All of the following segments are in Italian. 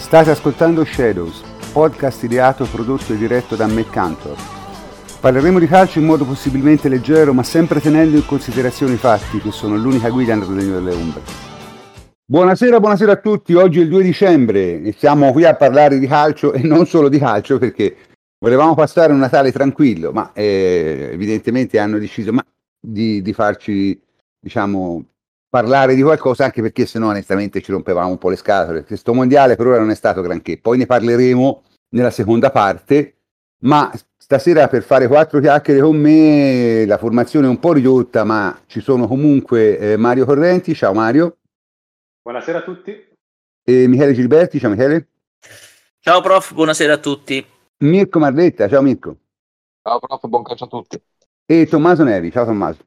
State ascoltando Shadows, podcast ideato, prodotto e diretto da Matt Cantor. Parleremo di calcio in modo possibilmente leggero, ma sempre tenendo in considerazione i fatti, che sono l'unica guida nel regno delle ombre. Buonasera a tutti, oggi è il 2 dicembre e siamo qui a parlare di calcio e non solo di calcio perché volevamo passare un Natale tranquillo, ma evidentemente hanno deciso di farci, diciamo, parlare di qualcosa, anche perché sennò onestamente ci rompevamo un po' le scatole. Questo mondiale per ora non è stato granché, poi ne parleremo nella seconda parte, ma stasera per fare 4 chiacchiere con me la formazione è un po' ridotta, ma ci sono comunque Mario Correnti, ciao Mario. Buonasera a tutti. E Michele Gilberti, ciao Michele. Ciao prof, buonasera a tutti. Mirko Marletta, ciao Mirko. Ciao prof, buon calcio a tutti. E Tommaso Neri, ciao Tommaso.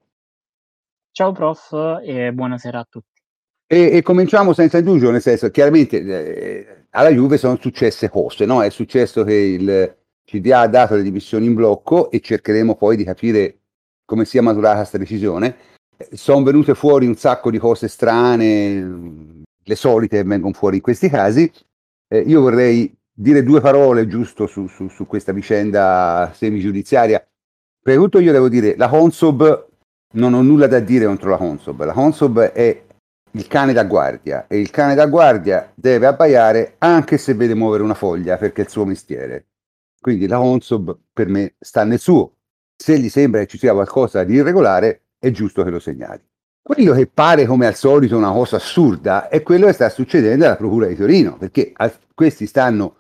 Ciao prof e buonasera a tutti. E cominciamo senza indugio, nel senso chiaramente alla Juve sono successe cose, no? È successo che il CDA ha dato le dimissioni in blocco e cercheremo poi di capire come sia maturata questa decisione. Sono venute fuori un sacco di cose strane, le solite che vengono fuori in questi casi. Io vorrei dire 2 parole giusto su questa vicenda semigiudiziaria. Prima di tutto io devo dire, la Consob, non ho nulla da dire contro la Consob. La Consob è il cane da guardia e il cane da guardia deve abbaiare anche se vede muovere una foglia, perché è il suo mestiere. Quindi la Consob per me sta nel suo. Se gli sembra che ci sia qualcosa di irregolare, è giusto che lo segnali. Quello che pare come al solito una cosa assurda è quello che sta succedendo alla Procura di Torino, perché questi stanno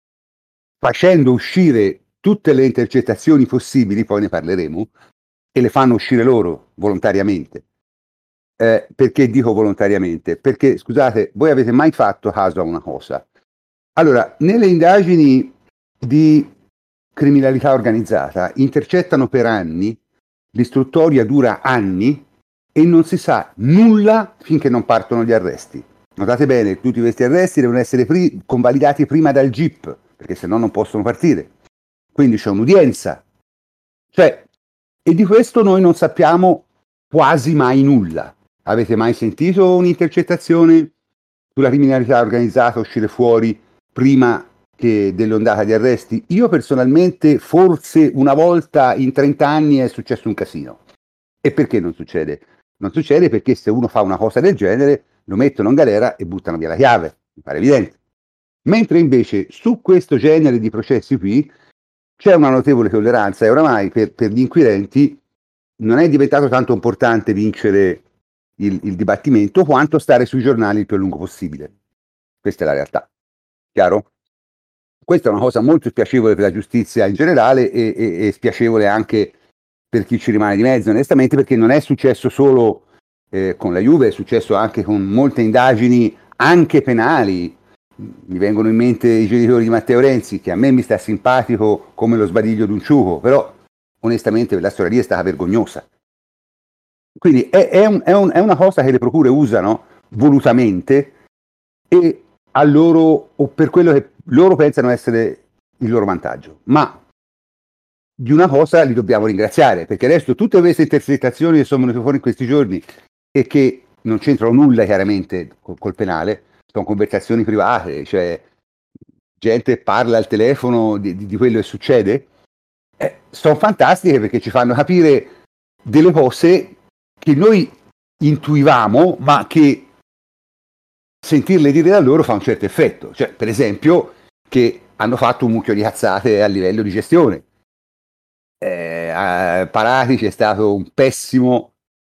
facendo uscire tutte le intercettazioni possibili, poi ne parleremo, e le fanno uscire loro volontariamente. Perché dico volontariamente? Perché, scusate, voi avete mai fatto caso a una cosa? Allora, nelle indagini di criminalità organizzata intercettano per anni, l'istruttoria dura anni e non si sa nulla finché non partono gli arresti. Notate bene, tutti questi arresti devono essere convalidati prima dal GIP, perché se no non possono partire. Quindi c'è un'udienza. E di questo noi non sappiamo quasi mai nulla. Avete mai sentito un'intercettazione sulla criminalità organizzata uscire fuori prima che dell'ondata di arresti? Io personalmente forse una volta in 30 anni è successo un casino. E perché non succede? Non succede perché se uno fa una cosa del genere lo mettono in galera e buttano via la chiave, mi pare evidente. Mentre invece su questo genere di processi qui c'è una notevole tolleranza e oramai per gli inquirenti non è diventato tanto importante vincere il dibattimento quanto stare sui giornali il più a lungo possibile. Questa è la realtà. Chiaro? Questa è una cosa molto spiacevole per la giustizia in generale e spiacevole anche per chi ci rimane di mezzo, onestamente, perché non è successo solo con la Juve, è successo anche con molte indagini anche penali. Mi vengono in mente i genitori di Matteo Renzi, che a me mi sta simpatico come lo sbadiglio d'un ciuco, però onestamente la storia lì è stata vergognosa. Quindi è una cosa che le procure usano volutamente e a loro, o per quello che loro pensano essere il loro vantaggio. Ma di una cosa li dobbiamo ringraziare, perché adesso tutte queste intercettazioni che sono venute fuori in questi giorni e che non c'entrano nulla chiaramente col penale, sono conversazioni private, cioè gente parla al telefono di quello che succede, sono fantastiche perché ci fanno capire delle cose che noi intuivamo, ma che sentirle dire da loro fa un certo effetto. Cioè, per esempio, che hanno fatto un mucchio di cazzate a livello di gestione. A Parati c'è stato un pessimo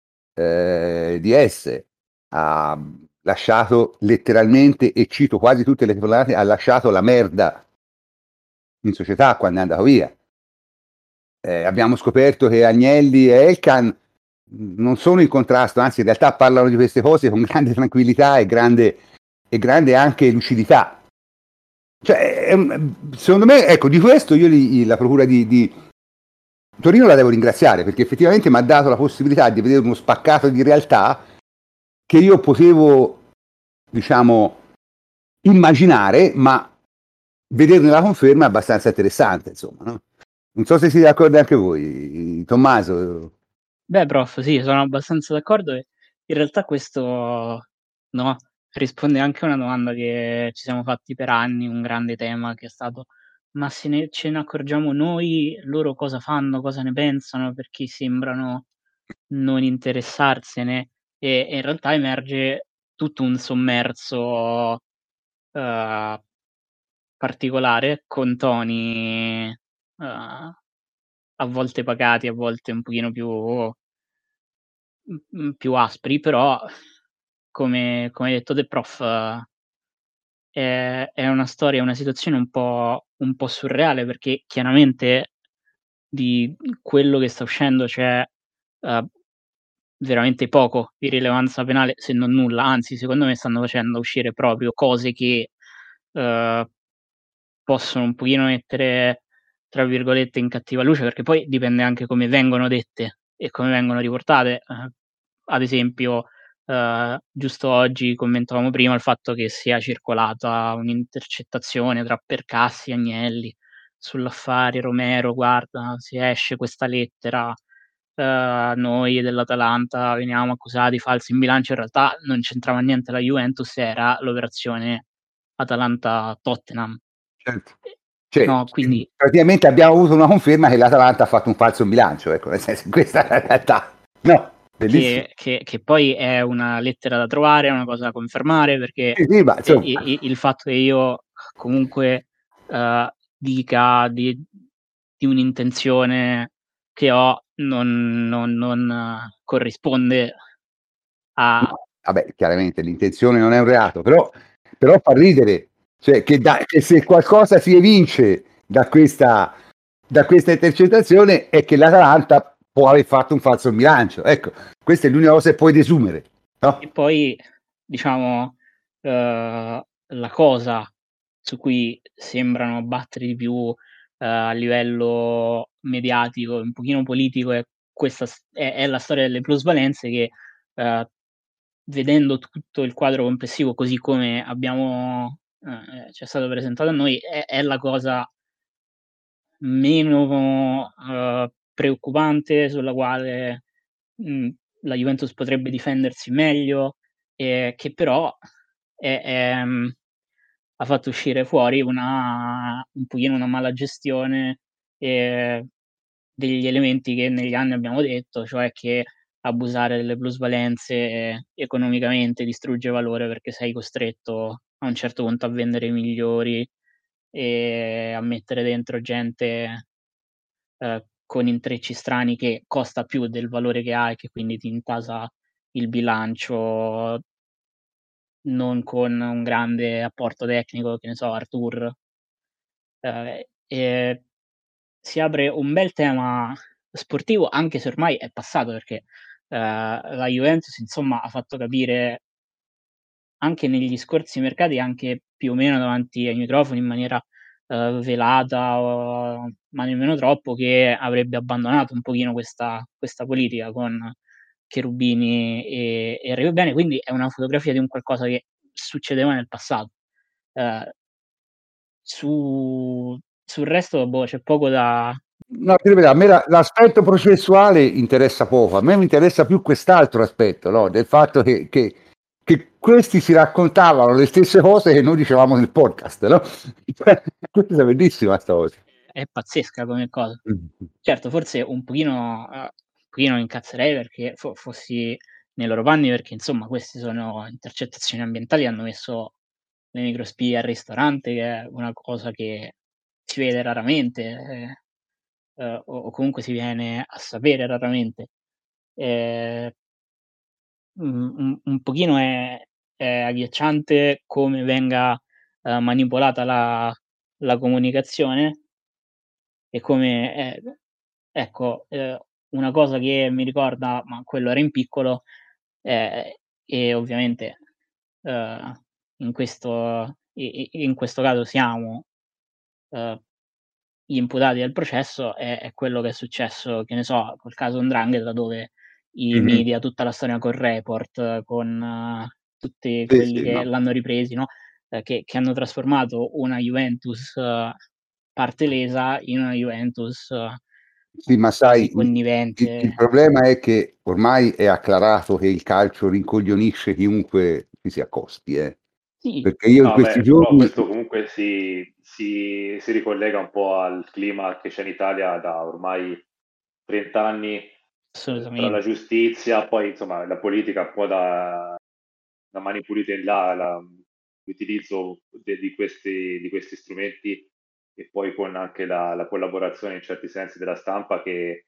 DS, ha lasciato letteralmente, e cito quasi tutte le telefonate, ha lasciato la merda in società quando è andato via. Abbiamo scoperto che Agnelli e Elkann non sono in contrasto, anzi in realtà parlano di queste cose con grande tranquillità e grande anche lucidità. Cioè, secondo me, ecco, di questo io la procura di Torino la devo ringraziare, perché effettivamente mi ha dato la possibilità di vedere uno spaccato di realtà che io potevo, diciamo, immaginare, ma vederne la conferma è abbastanza interessante, insomma, no? Non so se siete d'accordo anche voi, Tommaso. Beh, prof, sì, sono abbastanza d'accordo e in realtà questo, no, risponde anche a una domanda che ci siamo fatti per anni, un grande tema che è stato: ma ce ne accorgiamo noi, loro cosa fanno, cosa ne pensano, perché sembrano non interessarsene? E in realtà emerge tutto un sommerso, uhm, particolare con toni, a volte pacati, a volte un pochino più aspri, però come hai detto te prof, è una storia, una situazione un po' surreale, perché chiaramente di quello che sta uscendo c'è, uhm, veramente poco di rilevanza penale, se non nulla. Anzi, secondo me stanno facendo uscire proprio cose che, uhm, possono un pochino mettere, tra virgolette, "in cattiva luce", perché poi dipende anche come vengono dette e come vengono riportate. Ad esempio, giusto oggi commentavamo prima il fatto che sia circolata un'intercettazione tra Percassi e Agnelli sull'affare Romero: "Guarda, se esce questa lettera, noi dell'Atalanta veniamo accusati di falso in bilancio". In realtà non c'entrava niente la Juventus, era l'operazione Atalanta-Tottenham. Certo. Cioè, No, quindi praticamente abbiamo avuto una conferma che l'Atalanta ha fatto un falso in bilancio, ecco, nel senso, questa è la realtà. No, bellissimo. che poi è una lettera da trovare, è una cosa da confermare, perché Sì, sì, ma insomma, il fatto che io comunque, dica di un'intenzione che ho non corrisponde a vabbè, chiaramente l'intenzione non è un reato, però fa ridere, cioè che se qualcosa si evince da questa intercettazione è che l'Atalanta può aver fatto un falso in bilancio. Ecco, questa è l'unica cosa che puoi desumere, no? e poi diciamo, la cosa su cui sembrano battere di più, a livello mediatico e un pochino politico è questa è la storia delle plusvalenze che, uhm, vedendo tutto il quadro complessivo così come abbiamo ci è stato presentato a noi, è la cosa meno, preoccupante, sulla quale, mhmm, la Juventus potrebbe difendersi meglio, che però ha fatto uscire fuori un pochino una mala gestione, degli elementi che negli anni abbiamo detto, cioè che abusare delle plusvalenze economicamente distrugge valore, perché sei costretto a un certo punto a vendere i migliori e a mettere dentro gente, con intrecci strani, che costa più del valore che ha e che quindi ti intasa il bilancio, non con un grande apporto tecnico, che ne so, Arthur. E si apre un bel tema sportivo, anche se ormai è passato, perché, la Juventus insomma ha fatto capire anche negli scorsi mercati, anche più o meno davanti ai microfoni in maniera, velata, ma nemmeno troppo, che avrebbe abbandonato un pochino questa politica con Cherubini e Enrico Bene, quindi è una fotografia di un qualcosa che succedeva nel passato. Ehm, sul resto, boh, c'è poco da No, ti ripeto, a me l'aspetto processuale interessa poco, a me mi interessa più quest'altro aspetto, no? Del fatto che questi si raccontavano le stesse cose che noi dicevamo nel podcast, no? Questa è bellissima sta cosa. è pazzesca come cosa. Certo, forse un pochino mi incazzerei perché fossi nei loro panni, perché insomma queste sono intercettazioni ambientali, hanno messo le microspie al ristorante, che è una cosa che si vede raramente, o comunque si viene a sapere raramente. Ehm, un pochino è agghiacciante come venga, manipolata la comunicazione e come ecco, una cosa che mi ricorda, ma quello era in piccolo, e ovviamente, uhm, in questo caso siamo, uhm, gli imputati del processo, è quello che è successo, che ne so, col caso 'Ndrangheta, dove i Mh-mh. media, tutta la storia con Report, con tutti Sì, quelli sì, che no. l'hanno ripresi, no, che hanno trasformato una Juventus parte lesa in una Juventus Sì, ma quasi sai, il connivente. problema è che ormai è acclarato che il calcio rincoglionisce chiunque ci sia costi, Sì, perché io in No, questi beh, però giorni questo comunque si ricollega un po' al clima che c'è in Italia da ormai 30 anni, tra la assolutamente. giustizia, poi insomma la politica un po' da mani pulite in là, l'utilizzo di questi strumenti e poi con anche la collaborazione in certi sensi della stampa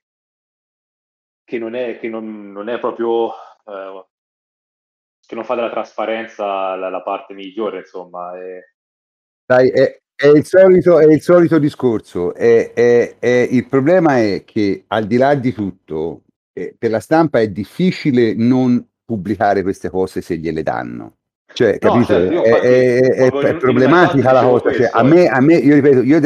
che non è proprio che non fa della trasparenza la parte migliore, insomma. sai, è il solito discorso. Il problema è che al di là di tutto, per la stampa è difficile non pubblicare queste cose se gliele danno. Cioè, No, capito? certo, io infatti proprio È in una chat problematica la dicevo cosa. Cioè, questo oggi. io ripeto, io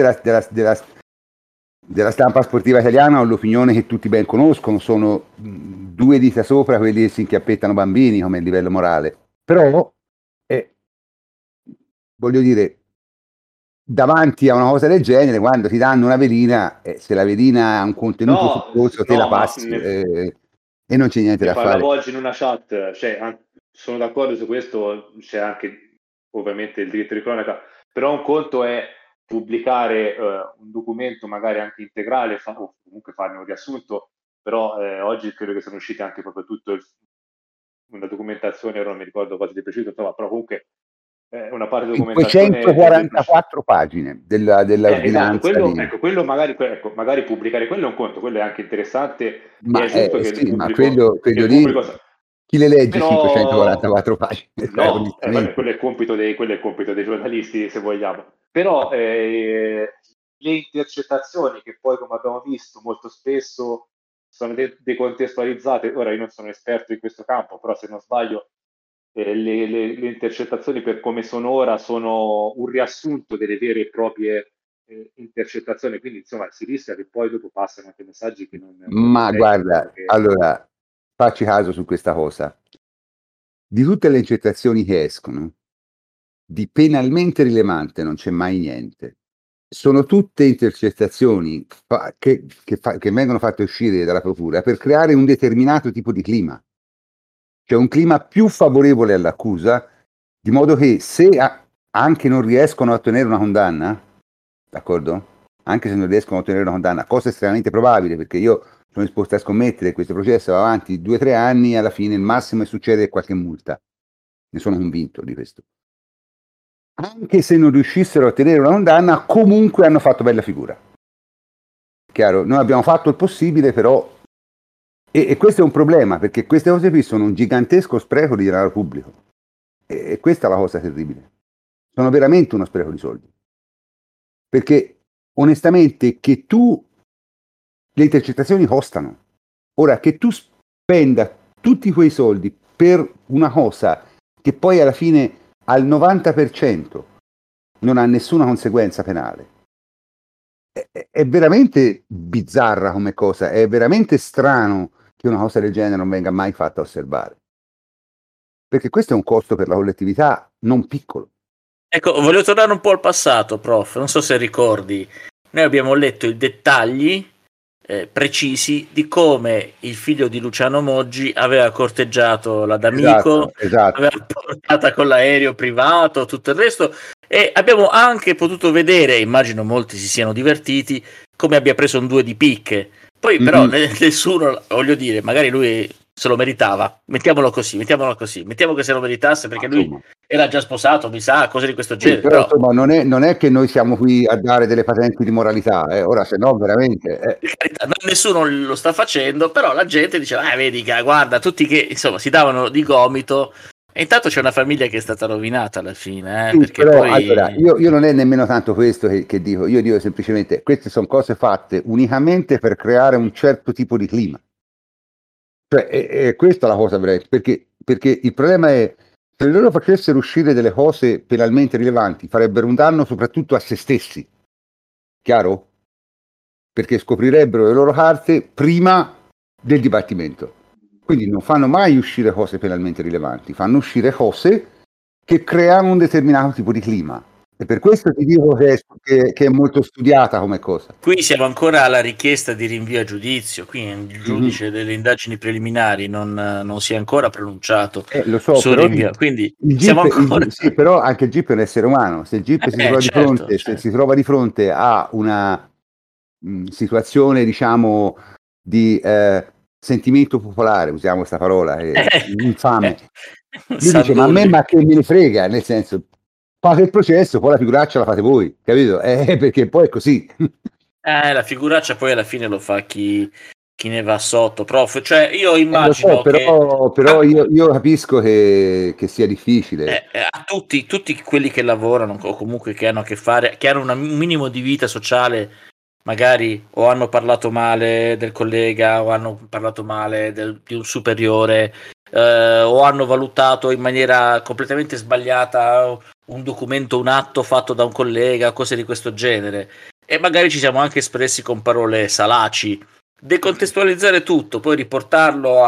della stampa sportiva italiana ho l'opinione che tutti ben conoscono, sono due dita sopra quelli che si inchiappettano bambini come livello morale. Però, voglio dire, davanti a una cosa del genere, quando ti danno una velina, se la velina ha un contenuto succoso, te la No, ma passi e non c'è niente ne da fare. parlavo oggi in una chat, cioè, sono d'accordo su questo, c'è anche ovviamente il diritto di cronaca, però un conto è pubblicare un documento magari anche integrale o comunque farne un riassunto, però oggi credo che sono uscite anche proprio una documentazione, ora non mi ricordo cosa di preciso, insomma, però comunque una parte di documentazione 544 pagine esatto, dell'ordinanza di... quello magari pubblicare quello è un conto, quello è anche interessante e Ma è giusto che sì, ma quello il lì, pubblico chi le legge però 544 pagine? no, vabbè, Onestamente. quello è il compito dei giornalisti, se vogliamo. Però le intercettazioni che poi, come abbiamo visto, molto spesso sono decontestualizzate. Ora io non sono esperto in questo campo, però se non sbaglio le intercettazioni per come sono ora sono un riassunto delle vere e proprie intercettazioni, quindi insomma si rischia che poi dopo passano anche messaggi che non Ma guarda, che... allora, facci caso su questa cosa. Di tutte le intercettazioni che escono, di penalmente rilevante non c'è mai niente. Sono tutte intercettazioni che vengono fatte uscire dalla procura per creare un determinato tipo di clima. Cioè un clima più favorevole all'accusa, di modo che se anche non riescono a ottenere una condanna, d'accordo? Anche se non riescono a ottenere una condanna, cosa estremamente probabile, perché io sono disposto a scommettere che questo processo va avanti 2 o 3 anni, alla fine il massimo che succede è qualche multa. Ne sono convinto di questo. Anche se non riuscissero a ottenere una condanna, comunque hanno fatto bella figura. Chiaro? Noi abbiamo fatto il possibile, però... E questo è un problema, perché queste cose qui sono un gigantesco spreco di denaro pubblico. E questa è la cosa terribile. Sono veramente uno spreco di soldi. Perché, onestamente, le intercettazioni costano. Ora, che tu spenda tutti quei soldi per una cosa che poi alla fine al 90% non ha nessuna conseguenza penale, è veramente bizzarra come cosa, è veramente strano che una cosa del genere non venga mai fatta osservare. Perché questo è un costo per la collettività non piccolo. Ecco, voglio tornare un po' al passato, prof. Non so se ricordi. Noi abbiamo letto i dettagli precisi di come il figlio di Luciano Moggi aveva corteggiato la D'Amico, Esatto. aveva portata con l'aereo privato, tutto il resto, e abbiamo anche potuto vedere, immagino molti si siano divertiti, come abbia preso un 2 di picche. Poi però nessuno, voglio dire, magari lui se lo meritava, mettiamolo così, mettiamo che se lo meritasse, perché lui era già sposato, mi sa, cose di questo genere. Però insomma non è che noi siamo qui a dare delle patenti di moralità, ora se no veramente... Nessuno lo sta facendo, però la gente diceva, vedi che guarda, tutti che insomma si davano di gomito, e intanto c'è una famiglia che è stata rovinata alla fine. Sì, perché però poi... allora, io non è nemmeno tanto questo che dico, io dico semplicemente, queste sono cose fatte unicamente per creare un certo tipo di clima. Cioè, è questa la cosa veramente, perché il problema è, se loro facessero uscire delle cose penalmente rilevanti, farebbero un danno soprattutto a se stessi, chiaro? Perché scoprirebbero le loro carte prima del dibattimento. Quindi non fanno mai uscire cose penalmente rilevanti, fanno uscire cose che creano un determinato tipo di clima. E per questo ti dico che è molto studiata come cosa. Qui siamo ancora alla richiesta di rinvio a giudizio, qui il giudice delle indagini preliminari non si è ancora pronunciato Lo so, sul però rinvio, quindi il siamo GIP, ancora... sì, però anche il GIP è un essere umano. Se il GIP si trova di certo, fronte, se si trova di fronte a una situazione, diciamo, di sentimento popolare, usiamo questa parola, infame, lui dice, ma che me ne frega, nel senso, fate il processo, poi la figuraccia la fate voi, capito? Perché poi è così. La figuraccia poi alla fine lo fa chi ne va sotto, prof. Cioè, io Lo immagino so, però io capisco che sia difficile. a tutti quelli che lavorano o comunque che hanno a che fare, che hanno un minimo di vita sociale, magari o hanno parlato male del collega o hanno parlato male di un superiore, o hanno valutato in maniera completamente sbagliata un documento, un atto fatto da un collega, cose di questo genere, e magari ci siamo anche espressi con parole salaci. Decontestualizzare tutto, poi riportarlo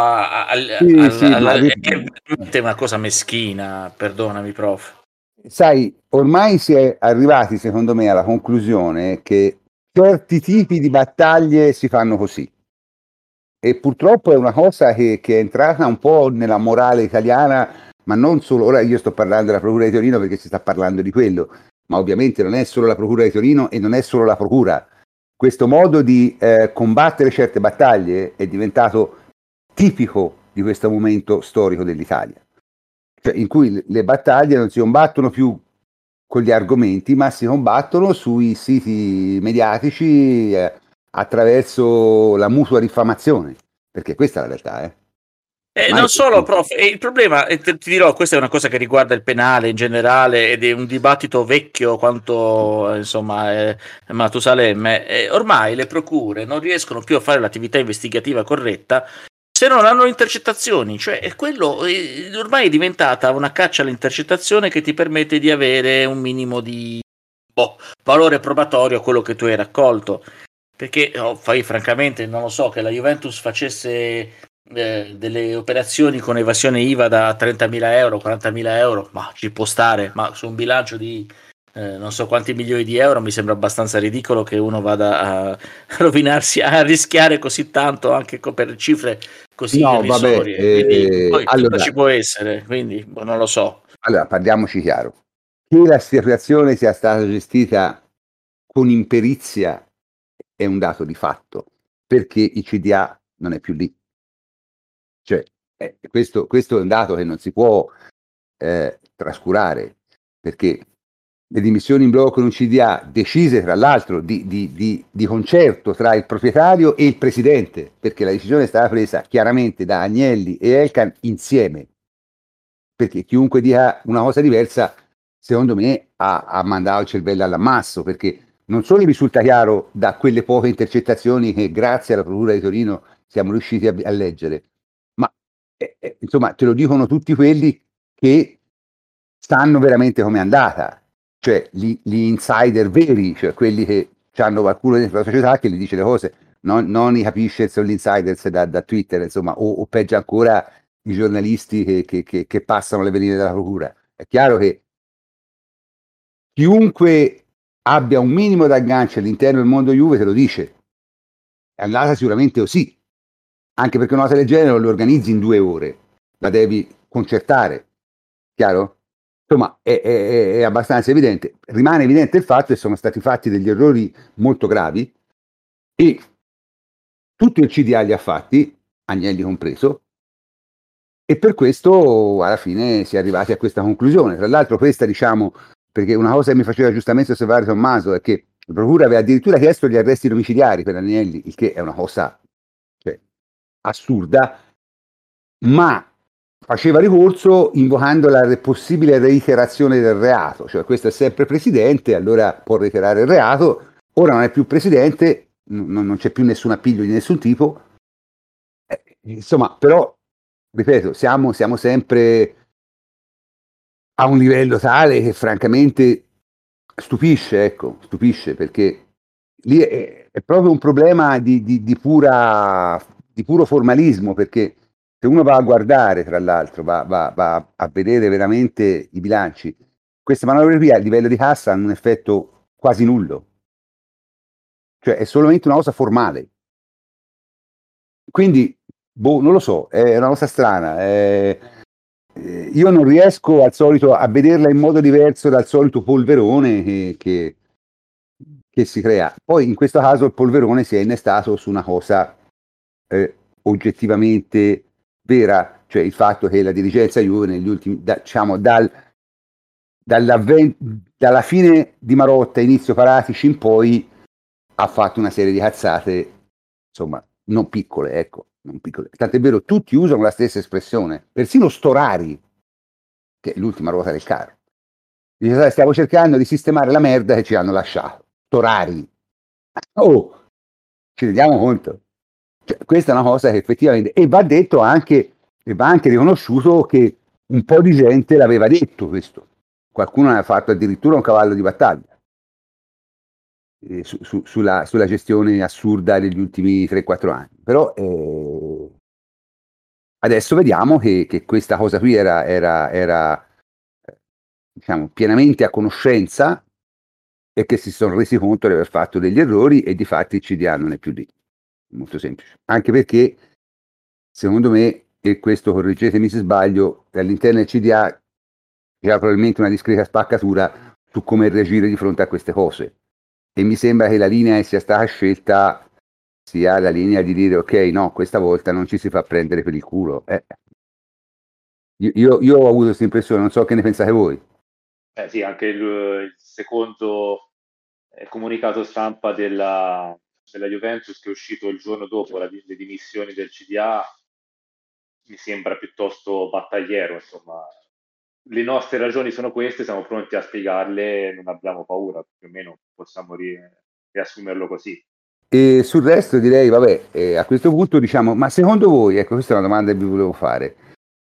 è veramente una cosa meschina, perdonami, prof. Sai, ormai si è arrivati, secondo me, alla conclusione che certi tipi di battaglie si fanno così. E purtroppo è una cosa che è entrata un po' nella morale italiana, ma non solo. Ora io sto parlando della Procura di Torino perché si sta parlando di quello, ma ovviamente non è solo la Procura di Torino e non è solo la Procura. Questo modo di combattere certe battaglie è diventato tipico di questo momento storico dell'Italia, cioè in cui le battaglie non si combattono più con gli argomenti, ma si combattono sui siti mediatici attraverso la mutua diffamazione, perché questa è la realtà. Non solo, prof, il problema, ti dirò, questa è una cosa che riguarda il penale in generale ed è un dibattito vecchio quanto, insomma, Matusalemme. Ormai le procure non riescono più a fare l'attività investigativa corretta se non hanno intercettazioni, cioè quello ormai è diventata una caccia all'intercettazione che ti permette di avere un minimo di valore probatorio a quello che tu hai raccolto, perché francamente non lo so, che la Juventus facesse delle operazioni con evasione IVA da 30.000 euro, 40.000 euro, ma ci può stare, ma su un bilancio di non so quanti milioni di euro mi sembra abbastanza ridicolo che uno vada a rovinarsi, a rischiare così tanto anche per cifre così irrisorie. Quindi poi allora, ci può essere, quindi non lo so. Allora, parliamoci chiaro. Che la situazione sia stata gestita con imperizia è un dato di fatto, perché il CDA non è più lì. Cioè, questo è un dato che non si può trascurare, perché le dimissioni in blocco in un CDA decise tra l'altro di concerto tra il proprietario e il presidente, perché la decisione è stata presa chiaramente da Agnelli e Elkann insieme, perché chiunque dica una cosa diversa secondo me ha mandato il cervello all'ammasso, perché non solo risulta chiaro da quelle poche intercettazioni che grazie alla Procura di Torino siamo riusciti a leggere, ma insomma te lo dicono tutti quelli che sanno veramente com'è andata, cioè gli insider veri, cioè quelli che hanno qualcuno dentro la società che gli dice le cose, non i capisce gli insiders da Twitter, insomma, o peggio ancora i giornalisti che passano le veline della procura. È chiaro che chiunque abbia un minimo d'aggancio all'interno del mondo Juve te lo dice, è andata sicuramente così, anche perché una cosa del genere non lo organizzi in 2 ore, la devi concertare, chiaro? Insomma, è abbastanza evidente. Rimane evidente il fatto che sono stati fatti degli errori molto gravi e tutto il CDA li ha fatti, Agnelli compreso, e per questo alla fine si è arrivati a questa conclusione. Tra l'altro questa, diciamo, perché una cosa che mi faceva giustamente osservare Tommaso è che la procura aveva addirittura chiesto gli arresti domiciliari per Agnelli, il che è una cosa assurda, ma faceva ricorso invocando la possibile reiterazione del reato, cioè questo è sempre presidente, allora può reiterare il reato, ora non è più presidente, non c'è più nessun appiglio di nessun tipo, insomma, però, ripeto, siamo sempre a un livello tale che francamente stupisce, perché lì è proprio un problema di puro formalismo, perché se uno va a guardare, tra l'altro, va a vedere veramente i bilanci, queste manovre qui a livello di cassa hanno un effetto quasi nullo, cioè è solamente una cosa formale. Quindi, non lo so, è una cosa strana. Io non riesco al solito a vederla in modo diverso dal solito polverone che si crea. Poi in questo caso il polverone si è innestato su una cosa oggettivamente vera, cioè il fatto che la dirigenza Juve negli ultimi, diciamo, dalla fine di Marotta, inizio Paratici in poi, ha fatto una serie di cazzate, insomma, non piccole, ecco, non piccole. Tant'è vero, tutti usano la stessa espressione, persino Storari, che è l'ultima ruota del carro. Dice, stiamo cercando di sistemare la merda che ci hanno lasciato. Storari. Oh, ci rendiamo conto? Cioè, questa è una cosa che effettivamente, e va detto anche, e va anche riconosciuto che un po' di gente l'aveva detto questo. Qualcuno ne ha fatto addirittura un cavallo di battaglia sulla gestione assurda degli ultimi 3-4 anni. Però adesso vediamo che questa cosa qui era diciamo, pienamente a conoscenza e che si sono resi conto di aver fatto degli errori e di fatti il CDA non è più lì. Molto semplice. Anche perché, secondo me, e questo correggetemi se sbaglio, all'interno del CDA c'era probabilmente una discreta spaccatura su come reagire di fronte a queste cose. E mi sembra che la linea che sia stata scelta sia la linea di dire ok, no, questa volta non ci si fa prendere per il culo. Io ho avuto questa impressione, non so che ne pensate voi. Sì, anche il secondo comunicato stampa della Juventus, che è uscito il giorno dopo le dimissioni del CDA, mi sembra piuttosto battagliero, insomma. Le nostre ragioni sono queste, siamo pronti a spiegarle, non abbiamo paura, più o meno possiamo riassumerlo così. E sul resto direi, vabbè, a questo punto diciamo, ma secondo voi, ecco, questa è una domanda che vi volevo fare,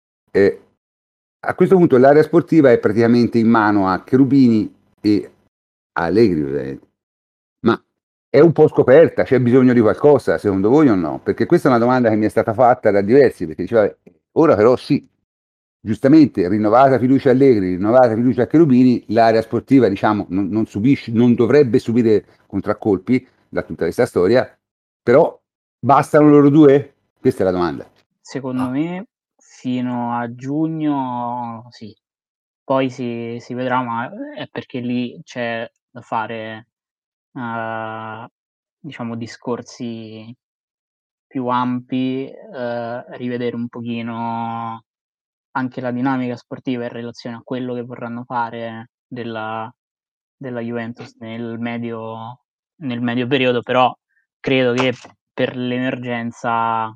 a questo punto l'area sportiva è praticamente in mano a Cherubini e a Allegri, ovviamente. Ma è un po' scoperta, c'è bisogno di qualcosa, secondo voi o no? Perché questa è una domanda che mi è stata fatta da diversi, perché diceva, ora però sì, giustamente, rinnovata fiducia a Allegri, rinnovata fiducia a Cherubini, l'area sportiva, diciamo, non subisce, non dovrebbe subire contraccolpi da tutta questa storia, però bastano loro due? Questa è la domanda. Secondo me fino a giugno sì, poi si vedrà, ma è perché lì c'è da fare, diciamo discorsi più ampi, rivedere un pochino anche la dinamica sportiva in relazione a quello che vorranno fare della Juventus nel medio periodo, però credo che per l'emergenza,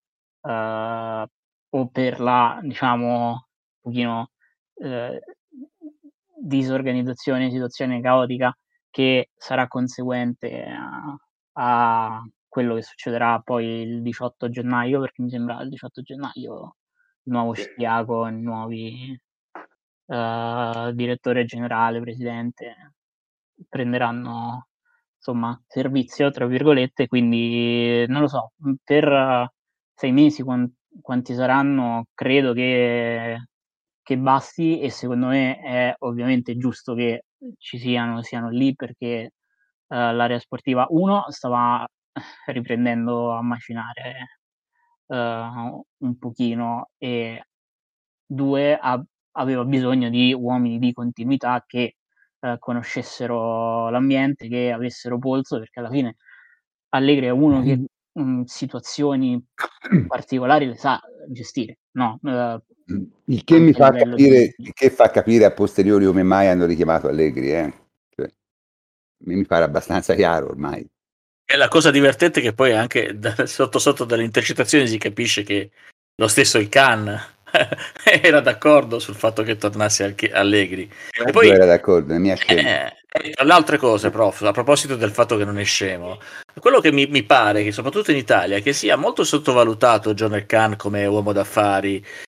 o per la, diciamo, un pochino, ehm, disorganizzazione, situazione caotica che sarà conseguente a quello che succederà poi il 18 gennaio, perché mi sembra il 18 gennaio il nuovo Sciaco, i nuovi, direttore generale, presidente prenderanno insomma "servizio" tra virgolette, quindi non lo so, per 6 mesi quanti saranno credo che basti, e secondo me è ovviamente giusto che siano lì perché, l'area sportiva 1 stava riprendendo a macinare, un pochino, e 2 aveva bisogno di uomini di continuità che, conoscessero l'ambiente, che avessero polso, perché alla fine Allegri è uno che, situazioni particolari le sa gestire, no, Il che mi anche a fa livello di capire, il che fa capire a posteriori come mai hanno richiamato Allegri, Cioè, mi pare abbastanza chiaro ormai. E la cosa divertente è che poi anche sotto dalle intercettazioni si capisce che lo stesso il Khan era d'accordo sul fatto che tornasse Allegri. E poi era d'accordo, è mia scema. tra le altre cose, prof, a proposito del fatto che non è scemo, quello che mi pare che soprattutto in Italia che sia molto sottovalutato John El Khan come uomo d'affari,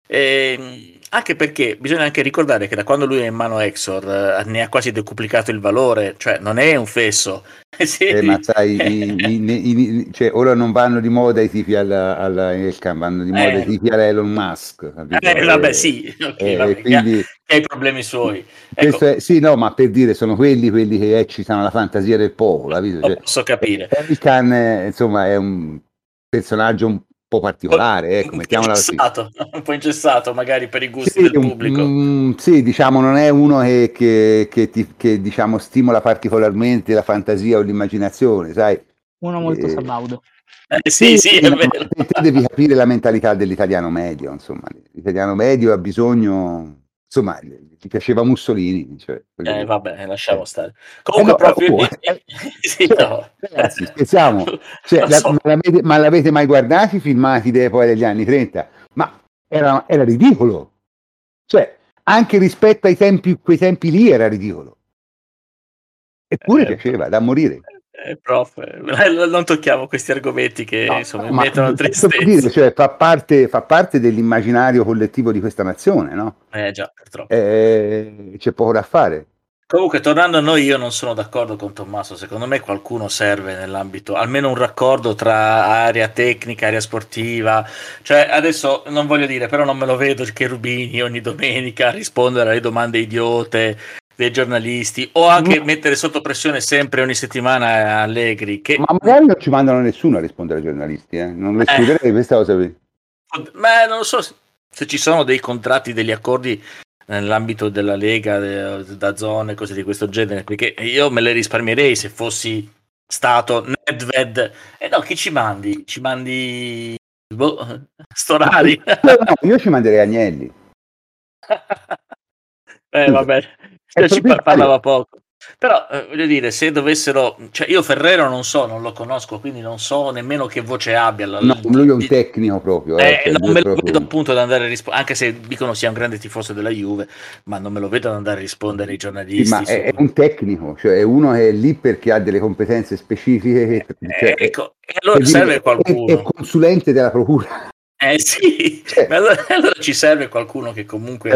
Anche perché bisogna anche ricordare che da quando lui è in mano Exor ne ha quasi decuplicato il valore, cioè non è un fesso. Sì. Ma sai, cioè, ora non vanno di moda i tipi alla Elkan, vanno di moda i tipi alla Elon Musk, capito? Vabbè, sì, ok, vabbè, quindi che ha i problemi suoi. questo Ecco, sì, no, ma per dire, sono quelli che eccitano la fantasia del popolo, capito? lo Cioè, posso capire. Elkan, insomma, è un personaggio un po' particolare, ecco, mettiamola così. Un po' ingessato magari per i gusti Sì, del pubblico. sì, diciamo, non è uno che, diciamo, stimola particolarmente la fantasia o l'immaginazione, sai? Uno molto sabaudo. Sì, sì, è No, ma vero. te devi capire la mentalità dell'italiano medio, insomma. L'italiano medio ha bisogno, insomma, gli piaceva Mussolini, cioè, voglio dire. Vabbè, lasciamo stare. No, Comunque proprio sì, cioè, no. ragazzi, scherziamo. Cioè, Lo so. ma l'avete mai guardati i filmati poi degli anni 30? Ma era ridicolo. Cioè, anche rispetto ai tempi, quei tempi lì era ridicolo. Eppure piaceva, da morire. Prof, non tocchiamo questi argomenti che No, insomma mi ma mettono questo per dire, tristezza. cioè, fa parte dell'immaginario collettivo di questa nazione, no? Già, purtroppo. C'è poco da fare. Comunque, tornando a noi, io non sono d'accordo con Tommaso. Secondo me qualcuno serve nell'ambito, almeno un raccordo tra area tecnica, area sportiva. Cioè, adesso non voglio dire, però non me lo vedo Cherubini ogni domenica a rispondere alle domande idiote dei giornalisti o anche mettere sotto pressione sempre ogni settimana Allegri. Che, Ma magari non ci mandano nessuno a rispondere ai giornalisti, non lo escluderei questa cosa qui. ma non so se ci sono dei contratti, degli accordi nell'ambito della Lega, da zone, cose di questo genere, perché io me le risparmierei se fossi stato Nedved. No, chi ci mandi? Ci mandi Storari? No, io ci manderei Agnelli. Vabbè, ci parlava poco. Però voglio dire, se dovessero, cioè io Ferrero non lo conosco, quindi non so nemmeno che voce abbia. No, lui è un tecnico proprio. Cioè, Non me lo proprio... vedo appunto ad andare a rispondere, anche se dicono sia un grande tifoso della Juve, ma non me lo vedo ad andare a rispondere ai Sì, giornalisti. ma è un tecnico, cioè è uno che è lì perché ha delle competenze specifiche, cioè, ecco, allora serve qualcuno. è consulente della procura. Sì, Cioè, allora ci serve qualcuno che comunque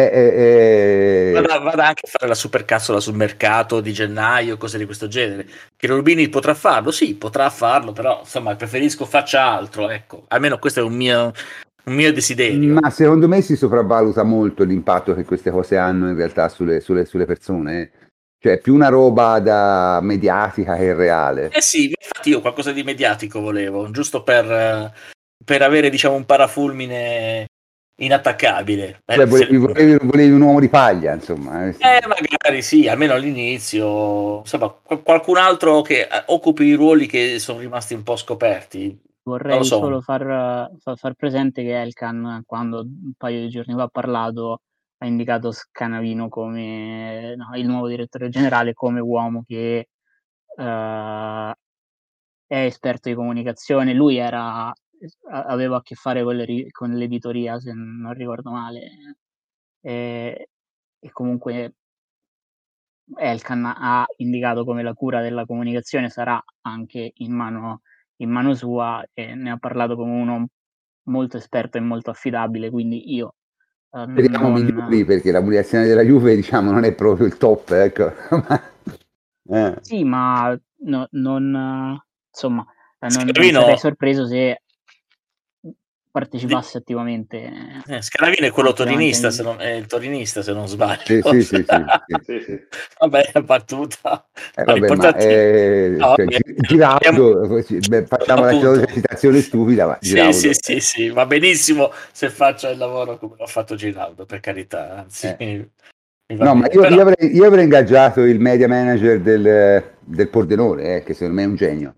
vada anche a fare la supercazzola sul mercato di gennaio, cose di questo genere. Che Rubini potrà farlo? Sì, potrà farlo, però insomma preferisco faccia altro, ecco. Almeno questo è un mio desiderio. Ma secondo me si sopravvaluta molto l'impatto che queste cose hanno in realtà sulle persone. Cioè, è più una roba da mediatica che reale. Sì, infatti io qualcosa di mediatico volevo, giusto per avere, diciamo, un parafulmine inattaccabile. Cioè, volevi un uomo di paglia, insomma. Magari sì, almeno all'inizio, insomma, qualcun altro che occupi i ruoli che sono rimasti un po' scoperti. Vorrei so. solo far presente che Elkan, quando un paio di giorni fa ha parlato, ha indicato Scanavino come il nuovo direttore generale, come uomo che è esperto di comunicazione. Lui aveva a che fare con l'editoria, se non ricordo male, e comunque Elkan ha indicato come la cura della comunicazione sarà anche in mano sua, e ne ha parlato come uno molto esperto e molto affidabile, quindi io Speriamo migliori, perché la comunicazione della Juve, diciamo, non è proprio il top, ecco. Sì, ma non insomma, non Scaravino, sarei sorpreso se partecipasse attivamente. Scaravino è quello anche davanti torinista, ai è il torinista se non sbaglio. Sì. Sì. Vabbè, è battuta. Vabbè, ma Giraudo, facciamo la solita citazione stupida, ma Giraudo. Sì, va benissimo se faccia il lavoro come l'ha fatto Giraudo, per carità, anzi, mi va No, bene. ma io avrei ingaggiato il media manager del Pordenone, che secondo me è un genio.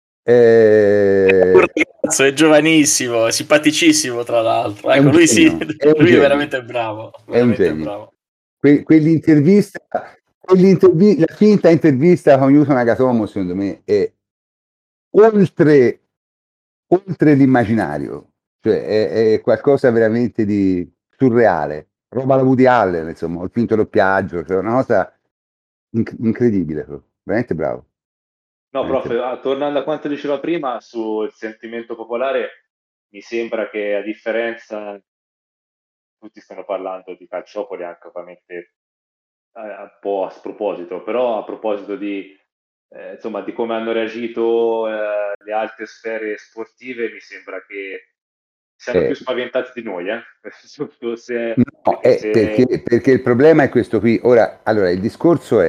Un ragazzo, è giovanissimo, è simpaticissimo tra l'altro. Ecco, lui è veramente bravo. È un genio. Quell'intervista, la finta intervista con Yuto Nagatomo, secondo me, è oltre l'immaginario, cioè è qualcosa veramente di surreale, roba da Woody Allen, insomma, il finto doppiaggio, cioè una cosa incredibile, veramente bravo. No, prof, tornando a quanto diceva prima sul sentimento popolare, mi sembra che a differenza tutti stanno parlando di Calciopoli anche ovviamente un po' a sproposito, però a proposito di insomma di come hanno reagito le altre sfere sportive, mi sembra che siano più Eh, spaventati di noi, no, perché se perché il problema è questo qui. Ora, allora, il discorso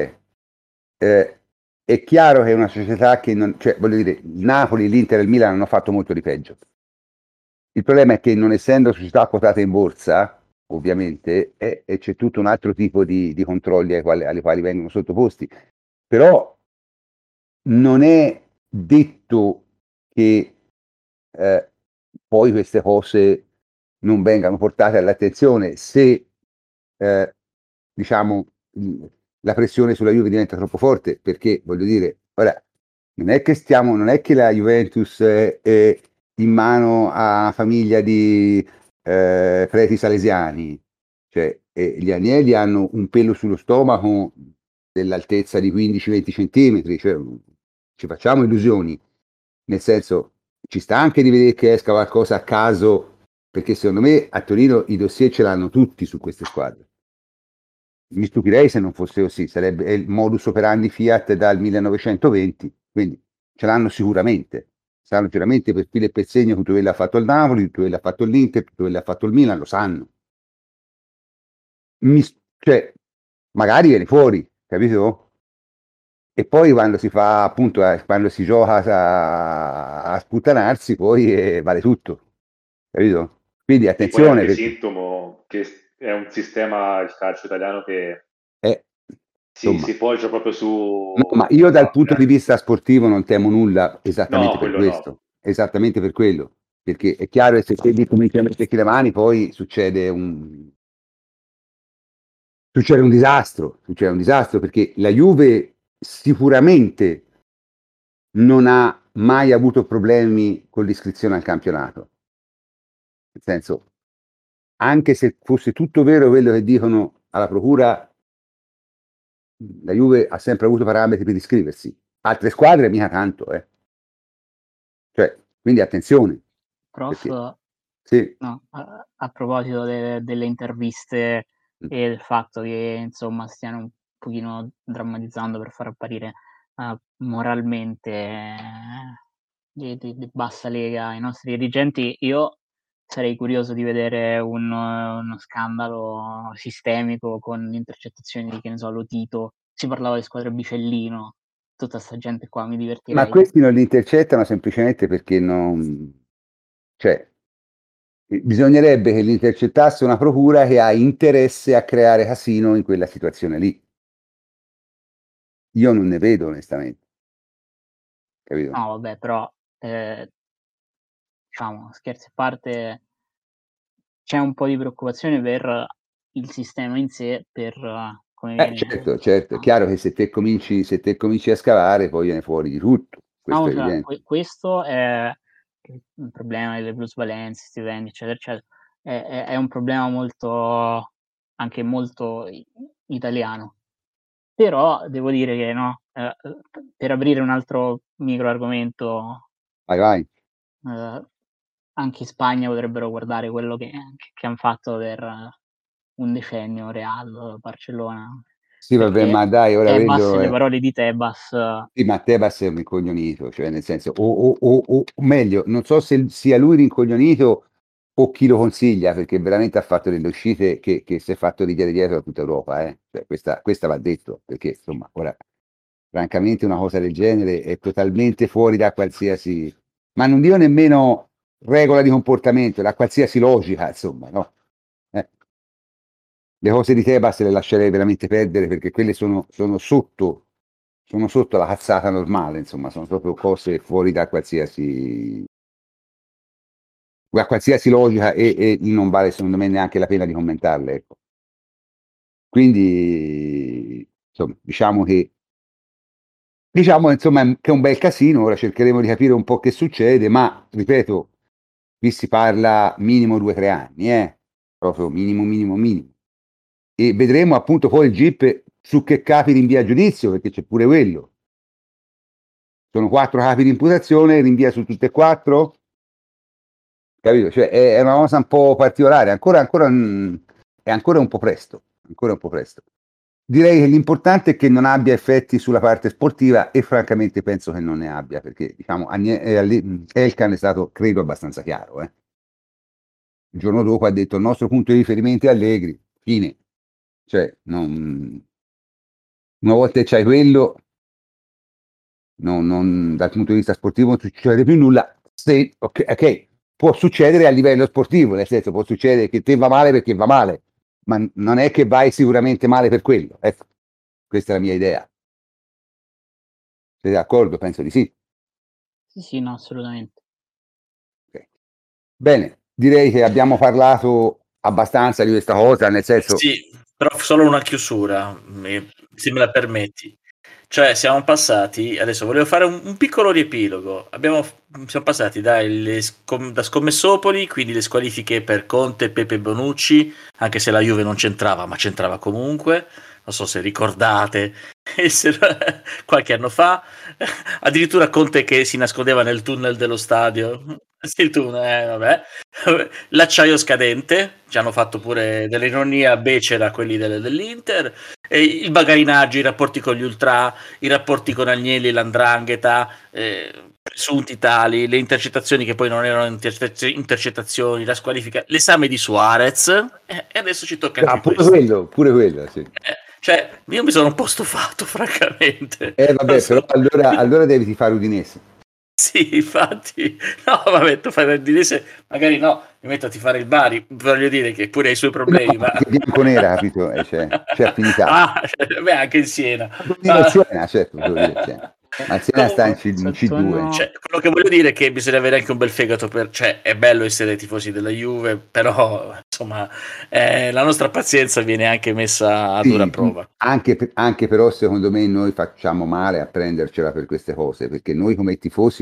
è chiaro che è una società che non, cioè, voglio dire, il Napoli, l'Inter e il Milan hanno fatto molto di peggio. Il problema è che non essendo società quotate in borsa, ovviamente, e c'è tutto un altro tipo di controlli alle quali vengono sottoposti. Però non è detto che eh, poi queste cose non vengano portate all'attenzione se diciamo la pressione sulla Juve diventa troppo forte, perché voglio dire, ora non è che la Juventus è in mano a una famiglia di preti salesiani, cioè gli agnelli hanno un pelo sullo stomaco dell'altezza di 15-20 centimetri, cioè ci facciamo illusioni, nel senso ci sta anche di vedere che esca qualcosa a caso, perché secondo me a Torino i dossier ce l'hanno tutti su queste squadre. Mi stupirei se non fosse così, sarebbe è il modus operandi Fiat dal 1920, quindi ce l'hanno sicuramente. Sanno sicuramente per filo e per segno tutto quello che ha fatto il Napoli, tutto quello che ha fatto l'Inter, tutto quello che ha fatto il Milan, lo sanno. Cioè, magari viene fuori, capito? E poi quando si fa appunto, quando si gioca a sputtanarsi, poi vale tutto, capito? Quindi sì, poi è attenzione anche perché sintomo che è un sistema, il calcio italiano, che è, insomma, si poggia proprio no, su ma io dal punto di grandi... vista sportivo non temo nulla No, quello esattamente per quello, perché è chiaro che se te lì cominci a metterti le mani poi succede un disastro perché la Juve sicuramente non ha mai avuto problemi con l'iscrizione al campionato, nel senso, anche se fosse tutto vero quello che dicono alla procura, la Juve ha sempre avuto parametri per iscriversi, altre squadre mica tanto, Cioè, quindi attenzione, Prof, perché sì, no, a proposito delle interviste e del fatto che insomma stiano un pochino drammatizzando per far apparire moralmente di bassa lega i nostri dirigenti, io sarei curioso di vedere uno scandalo sistemico con l'intercettazione di, che ne so, Lotito, si parlava di squadre Bicellino, tutta sta gente qua, mi ma divertirei. questi non li intercettano semplicemente perché non, cioè, bisognerebbe che li intercettasse una procura che ha interesse a creare casino in quella situazione lì. Io non ne vedo onestamente, capito? No, vabbè, però diciamo, scherzi a parte, c'è un po' di preoccupazione per il sistema in sé, per come viene. Certo, certo, è No, chiaro che se te cominci a scavare poi viene fuori di tutto, questo no, è cioè, evidente. questo è il problema delle plusvalenze, stipendi, eccetera, eccetera. È un problema molto, anche molto italiano. Però devo dire che no, per aprire un altro micro argomento, Vai, vai. anche in Spagna potrebbero guardare quello che han fatto per un decennio Real, Barcellona, Sì, vabbè, perché ma dai, ora Tebas, quello le è... parole di Tebas, Sì, ma Tebas è un rincoglionito, cioè nel senso, o meglio, non so se sia lui rincoglionito o chi lo consiglia, perché veramente ha fatto delle uscite che si è fatto ridere dietro a tutta Europa, Cioè, questa va detto, perché insomma, ora, francamente una cosa del genere è totalmente fuori da qualsiasi, ma non dico nemmeno regola di comportamento, da qualsiasi logica, insomma, no? Eh, le cose di Tebas le lascerei veramente perdere perché quelle sono sotto la cazzata normale, insomma, sono proprio cose fuori da qualsiasi logica e non vale secondo me neanche la pena di commentarle, ecco. Quindi, insomma, diciamo insomma che è un bel casino, ora cercheremo di capire un po' che succede, ma ripeto, qui si parla minimo 2 o 3 anni, proprio minimo, minimo, minimo. E vedremo appunto poi il GIP su che capi rinvia a giudizio, perché c'è pure quello. Sono 4 capi di imputazione, rinvia su tutte e 4? capito? Cioè, è una cosa un po' particolare, è ancora un po' presto, ancora un po' presto. Direi che l'importante è che non abbia effetti sulla parte sportiva e francamente penso che non ne abbia, perché diciamo, Elkan è stato, credo, abbastanza chiaro. Il giorno dopo ha detto il nostro punto di riferimento è Allegri, fine. Cioè, una volta che c'hai quello, dal punto di vista sportivo non succede più nulla. Ok, può succedere a livello sportivo, nel senso può succedere che te va male perché va male, ma non è che vai sicuramente male per quello. Ecco, questa è la mia idea. Siete d'accordo? Penso di sì. Sì, no, assolutamente. Okay. Bene, direi che abbiamo parlato abbastanza di questa cosa, nel senso... Sì, però solo una chiusura, se me la permetti. Cioè, siamo passati, adesso volevo fare un piccolo riepilogo. Siamo passati da Scommessopoli, quindi le squalifiche per Conte e Pepe Bonucci, anche se la Juve non c'entrava, ma c'entrava comunque. Non so se ricordate, qualche anno fa, addirittura Conte che si nascondeva nel tunnel dello stadio. Sì, il tunnel, vabbè. L'acciaio scadente, ci hanno fatto pure dell'ironia becera quelli dell'Inter, e il bagarinaggio, i rapporti con gli ultra, i rapporti con Agnelli e l'Andrangheta, presunti tali, le intercettazioni che poi non erano intercettazioni, la squalifica, l'esame di Suarez, e adesso ci tocca anche questo. Pure quello, sì. Cioè, io mi sono un po' stufato, francamente. Vabbè, però allora devi tifare Udinese. Sì, infatti, no, vabbè, tu fai l'Udinese, magari no, mi metto a tifare il Bari, voglio dire che pure ha i suoi problemi, No, ma... bianconera, capito? C'è affinità. Ah, beh, anche il Siena. Dire Siena, certo, dire Siena. Ma il Siena sta in Comunque, C2. cioè, quello che voglio dire è che bisogna avere anche un bel fegato cioè, è bello essere tifosi della Juve, però, insomma, la nostra pazienza viene anche messa a dura Sì, prova. anche però secondo me noi facciamo male a prendercela per queste cose, perché noi come tifosi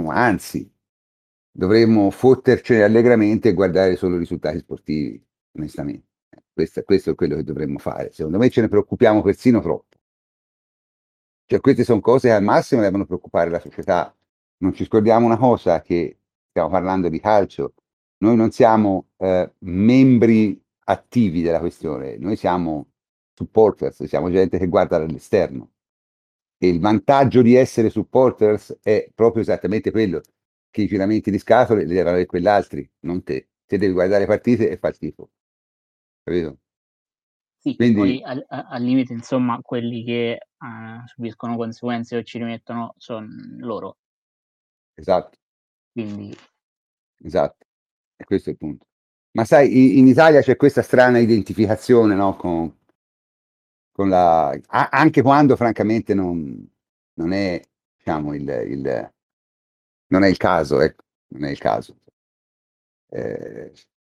dovremmo fottercene allegramente e guardare solo i risultati sportivi, onestamente. Questo è quello che dovremmo fare. Secondo me ce ne preoccupiamo persino troppo. Cioè, queste sono cose che al massimo devono preoccupare la società. Non ci scordiamo una cosa, che stiamo parlando di calcio, noi non siamo membri attivi della questione, noi siamo supporters, siamo gente che guarda dall'esterno. E il vantaggio di essere supporters è proprio esattamente quello, che i giramenti di scatole li devono avere quell'altri, non te. Te devi guardare le partite e far schifo. Capito? Sì, Quindi, poi al limite, insomma, quelli che subiscono conseguenze o ci rimettono sono loro. esatto. Quindi Esatto, e questo è il punto. Ma sai, in Italia c'è questa strana identificazione, no, con anche quando francamente non è, diciamo, non è il caso, ecco, non è il caso. Una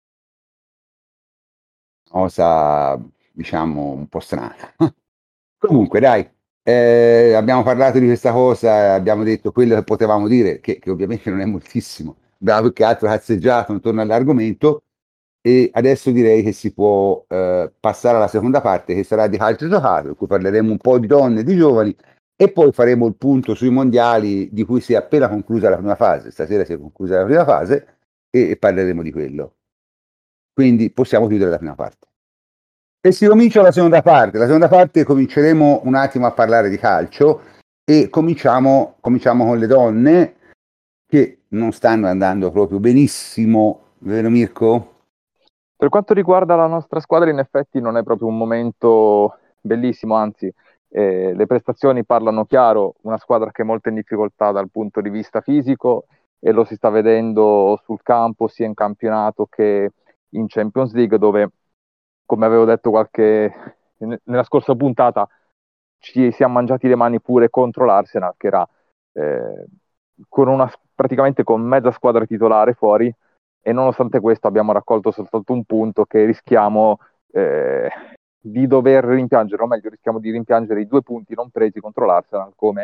cosa, diciamo, un po' strana. Comunque, dai, abbiamo parlato di questa cosa, abbiamo detto quello che potevamo dire, che ovviamente non è moltissimo, abbiamo più che altro cazzeggiato intorno all'argomento. E adesso direi che si può passare alla seconda parte, che sarà di calcio giocato, in cui parleremo un po' di donne e di giovani, e poi faremo il punto sui mondiali di cui si è appena conclusa la prima fase. Stasera si è conclusa la prima fase e parleremo di quello. Quindi possiamo chiudere la prima parte. E si comincia la seconda parte. La seconda parte cominceremo un attimo a parlare di calcio e cominciamo con le donne che non stanno andando proprio benissimo, vero Mirko? Per quanto riguarda la nostra squadra, in effetti non è proprio un momento bellissimo, anzi, le prestazioni parlano chiaro, una squadra che è molto in difficoltà dal punto di vista fisico e lo si sta vedendo sul campo sia in campionato che in Champions League, dove, come avevo detto nella scorsa puntata, ci siamo mangiati le mani pure contro l'Arsenal, che era praticamente con mezza squadra titolare fuori, e nonostante questo abbiamo raccolto soltanto un punto che rischiamo di dover rimpiangere, o meglio rischiamo di rimpiangere i 2 punti non presi contro l'Arsenal, come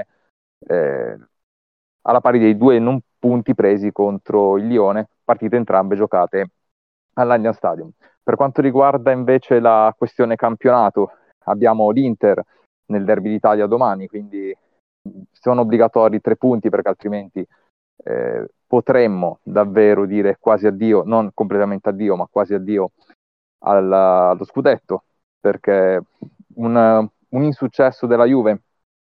alla pari dei 2 non punti presi contro il Lione, partite entrambe giocate all'Allianz Stadium. Per quanto riguarda invece la questione campionato, abbiamo l'Inter nel derby d'Italia domani, quindi sono obbligatori 3 punti perché altrimenti potremmo davvero dire quasi addio, non completamente addio, ma quasi addio allo scudetto, perché un insuccesso della Juve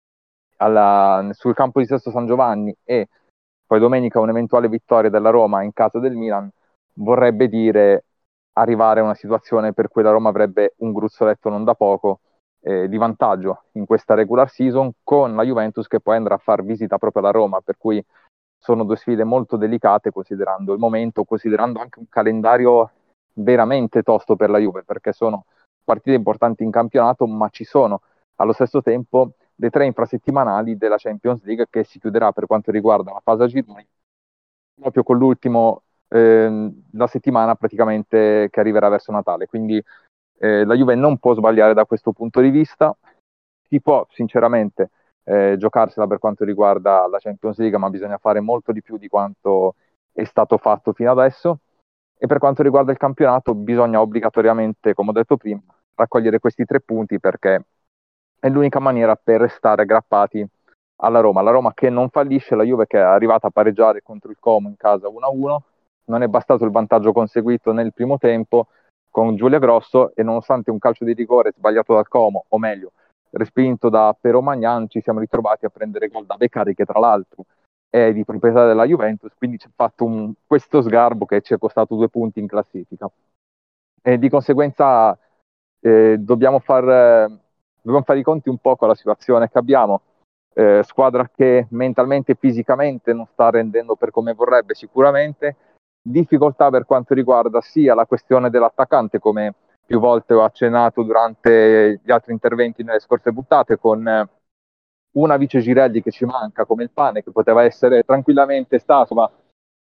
sul campo di Sesto San Giovanni e poi domenica un'eventuale vittoria della Roma in casa del Milan vorrebbe dire arrivare a una situazione per cui la Roma avrebbe un gruzzoletto non da poco di vantaggio in questa regular season, con la Juventus che poi andrà a far visita proprio alla Roma, per cui sono due sfide molto delicate considerando il momento, considerando anche un calendario veramente tosto per la Juve, perché sono partite importanti in campionato, ma ci sono allo stesso tempo le 3 infrasettimanali della Champions League, che si chiuderà per quanto riguarda la fase a gironi proprio con l'ultimo la settimana praticamente che arriverà verso Natale, quindi la Juve non può sbagliare da questo punto di vista. Si può sinceramente giocarsela per quanto riguarda la Champions League, ma bisogna fare molto di più di quanto è stato fatto fino adesso, e per quanto riguarda il campionato bisogna obbligatoriamente, come ho detto prima, raccogliere questi 3 punti, perché è l'unica maniera per restare aggrappati alla Roma. La Roma che non fallisce, la Juve che è arrivata a pareggiare contro il Como in casa 1-1, non è bastato il vantaggio conseguito nel primo tempo con Giulia Grosso, e nonostante un calcio di rigore sbagliato dal Como, o meglio respinto da Pero Magnan, ci siamo ritrovati a prendere gol da Beccari, che tra l'altro è di proprietà della Juventus, quindi c'è fatto questo sgarbo che ci è costato 2 punti in classifica, e di conseguenza dobbiamo fare i conti un po' con la situazione che abbiamo. Squadra che mentalmente e fisicamente non sta rendendo per come vorrebbe sicuramente, difficoltà per quanto riguarda sia la questione dell'attaccante, come più volte ho accennato durante gli altri interventi nelle scorse puntate, con una Vice Girelli che ci manca come il pane, che poteva essere tranquillamente stato, ma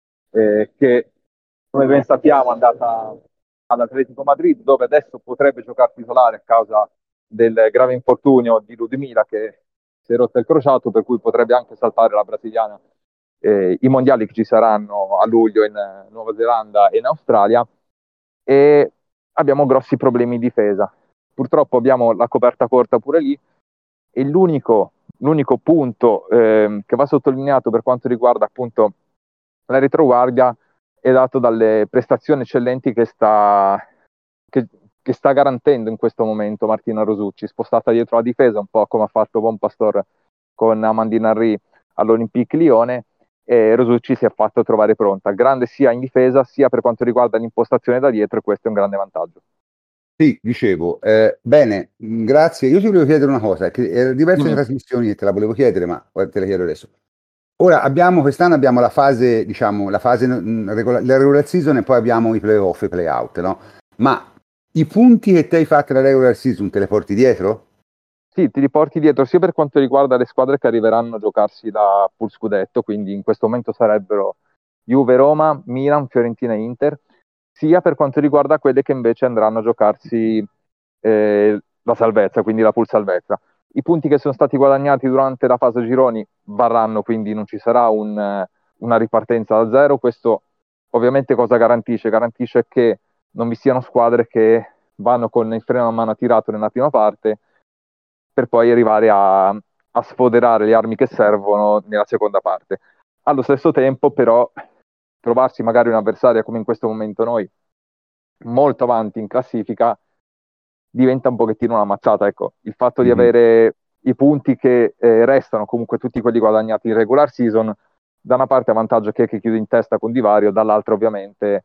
che come ben sappiamo è andata all'Atletico Madrid, dove adesso potrebbe giocare titolare a causa del grave infortunio di Ludmila, che si è rotto il crociato, per cui potrebbe anche saltare la brasiliana i mondiali che ci saranno a luglio in Nuova Zelanda e in Australia, e abbiamo grossi problemi in difesa. Purtroppo abbiamo la coperta corta pure lì, e l'unico punto che va sottolineato per quanto riguarda appunto la retroguardia è dato dalle prestazioni eccellenti che sta garantendo in questo momento Martina Rosucci, spostata dietro la difesa, un po' come ha fatto Bonpastor con Amandine Henry all'Olympique Lione, e Rosucci si è fatto trovare pronta, grande sia in difesa sia per quanto riguarda l'impostazione da dietro, e questo è un grande vantaggio. Sì, dicevo, bene, grazie. Io ti volevo chiedere una cosa, che erano diverse trasmissioni e te la volevo chiedere, ma te la chiedo adesso. Ora quest'anno abbiamo la fase, diciamo, la regular season, e poi abbiamo i playoff e i playout, no? Ma i punti che te hai fatto la regular season te li porti dietro? Sì, ti riporti dietro sia per quanto riguarda le squadre che arriveranno a giocarsi la Pool Scudetto, quindi in questo momento sarebbero Juve, Roma, Milan, Fiorentina e Inter, sia per quanto riguarda quelle che invece andranno a giocarsi la salvezza, quindi la Pool Salvezza. I punti che sono stati guadagnati durante la fase gironi varranno, quindi non ci sarà una ripartenza da zero. Questo ovviamente cosa garantisce? Garantisce che non vi siano squadre che vanno con il freno a mano tirato nella prima parte per poi arrivare a sfoderare le armi che servono nella seconda parte. Allo stesso tempo però trovarsi magari un avversario come in questo momento noi molto avanti in classifica diventa un pochettino una mazzata. Ecco, il fatto di avere i punti che restano, comunque tutti quelli guadagnati in regular season, da una parte avvantaggio che chiude in testa con divario, dall'altra ovviamente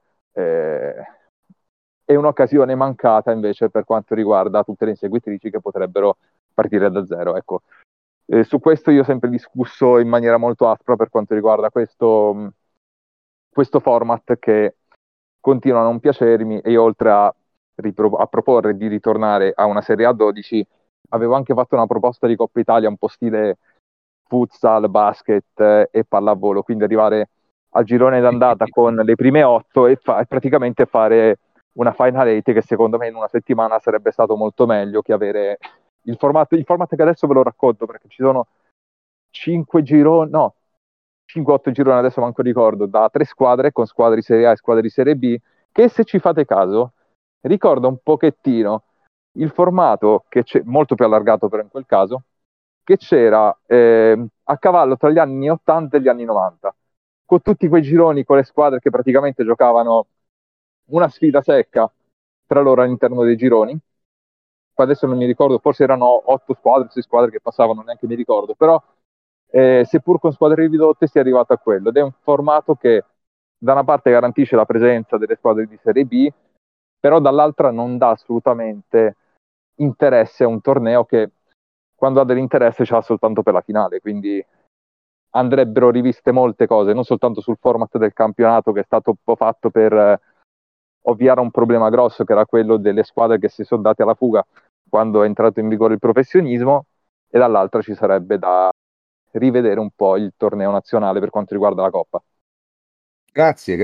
è un'occasione mancata invece per quanto riguarda tutte le inseguitrici che potrebbero partire da zero. Ecco. Su questo io ho sempre discusso in maniera molto aspra per quanto riguarda questo format, che continua a non piacermi, e io oltre a proporre di ritornare a una Serie A12 avevo anche fatto una proposta di Coppa Italia un po' stile futsal, basket e pallavolo, quindi arrivare al girone d'andata con le prime 8 e praticamente fare una Final 8, che secondo me in una settimana sarebbe stato molto meglio che avere il format che adesso ve lo racconto, perché ci sono 5-8 gironi, adesso manco ricordo, da 3 squadre, con squadre di Serie A e squadre di Serie B, che se ci fate caso ricorda un pochettino il formato, che c'è molto più allargato però in quel caso, che c'era a cavallo tra gli anni 80 e gli anni 90. con tutti quei gironi, con le squadre che praticamente giocavano una sfida secca tra loro all'interno dei gironi. Adesso non mi ricordo, forse erano 8 squadre, 6 squadre che passavano, neanche mi ricordo, però seppur con squadre ridotte si è arrivato a quello, ed è un formato che da una parte garantisce la presenza delle squadre di Serie B, però dall'altra non dà assolutamente interesse a un torneo che, quando ha dell'interesse, ce l'ha soltanto per la finale, quindi andrebbero riviste molte cose, non soltanto sul format del campionato, che è stato un po' fatto per ovviare un problema grosso, che era quello delle squadre che si sono date alla fuga quando è entrato in vigore il professionismo, e dall'altra ci sarebbe da rivedere un po' il torneo nazionale per quanto riguarda la Coppa. Grazie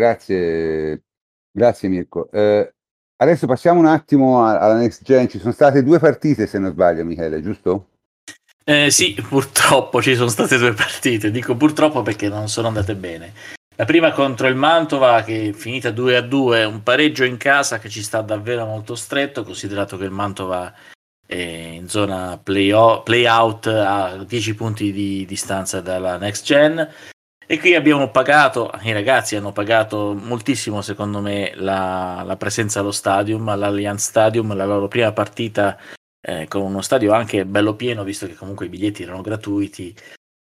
Mirko. Adesso passiamo un attimo alla Next Gen. Ci sono state 2 partite, se non sbaglio, Michele, giusto? Sì, purtroppo ci sono state 2 partite. Dico purtroppo perché non sono andate bene. La prima contro il Mantova, che è finita 2-2, un pareggio in casa che ci sta davvero molto stretto, considerato che il Mantova è in zona play-out a 10 punti di distanza dalla Next Gen. E qui abbiamo pagato, i ragazzi hanno pagato moltissimo, secondo me, la presenza allo stadium, all'Allianz Stadium, la loro prima partita con uno stadio anche bello pieno, visto che comunque i biglietti erano gratuiti.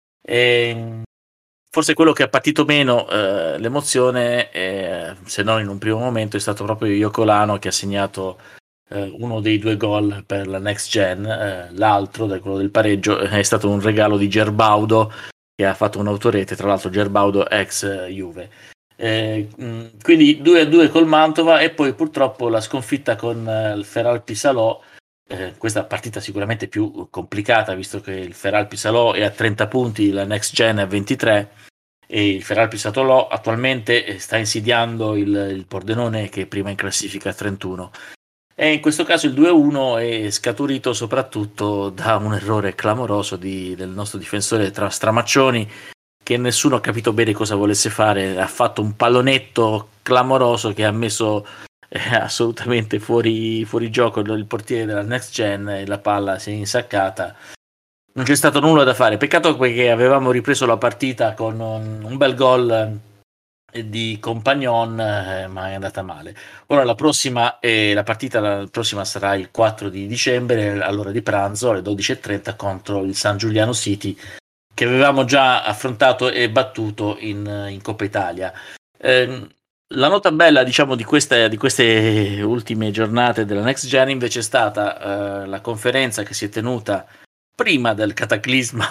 E forse quello che ha patito meno l'emozione, se non in un primo momento, è stato proprio Iocolano, che ha segnato uno dei 2 gol per la Next Gen. L'altro, quello del pareggio, è stato un regalo di Gerbaudo, che ha fatto un'autorete, tra l'altro Gerbaudo ex Juve. Quindi 2-2 col Mantova, e poi purtroppo la sconfitta con il Feralpi Salò. Questa partita sicuramente più complicata, visto che il Feralpi Salò è a 30 punti, la Next Gen è a 23, e il Feralpi Salò attualmente sta insidiando il Pordenone, che è prima in classifica a 31. E in questo caso il 2-1 è scaturito soprattutto da un errore clamoroso del nostro difensore Stramaccioni, che nessuno ha capito bene cosa volesse fare. Ha fatto un pallonetto clamoroso che ha messo assolutamente fuori gioco il portiere della Next Gen, e la palla si è insaccata. Non c'è stato nulla da fare. Peccato, perché avevamo ripreso la partita con un bel gol di Compagnon, ma è andata male. Ora la partita sarà il 4 di dicembre all'ora di pranzo alle 12:30 contro il San Giuliano City, che avevamo già affrontato e battuto in Coppa Italia. La nota bella, diciamo, di queste ultime giornate della Next Gen invece è stata la conferenza che si è tenuta prima del cataclisma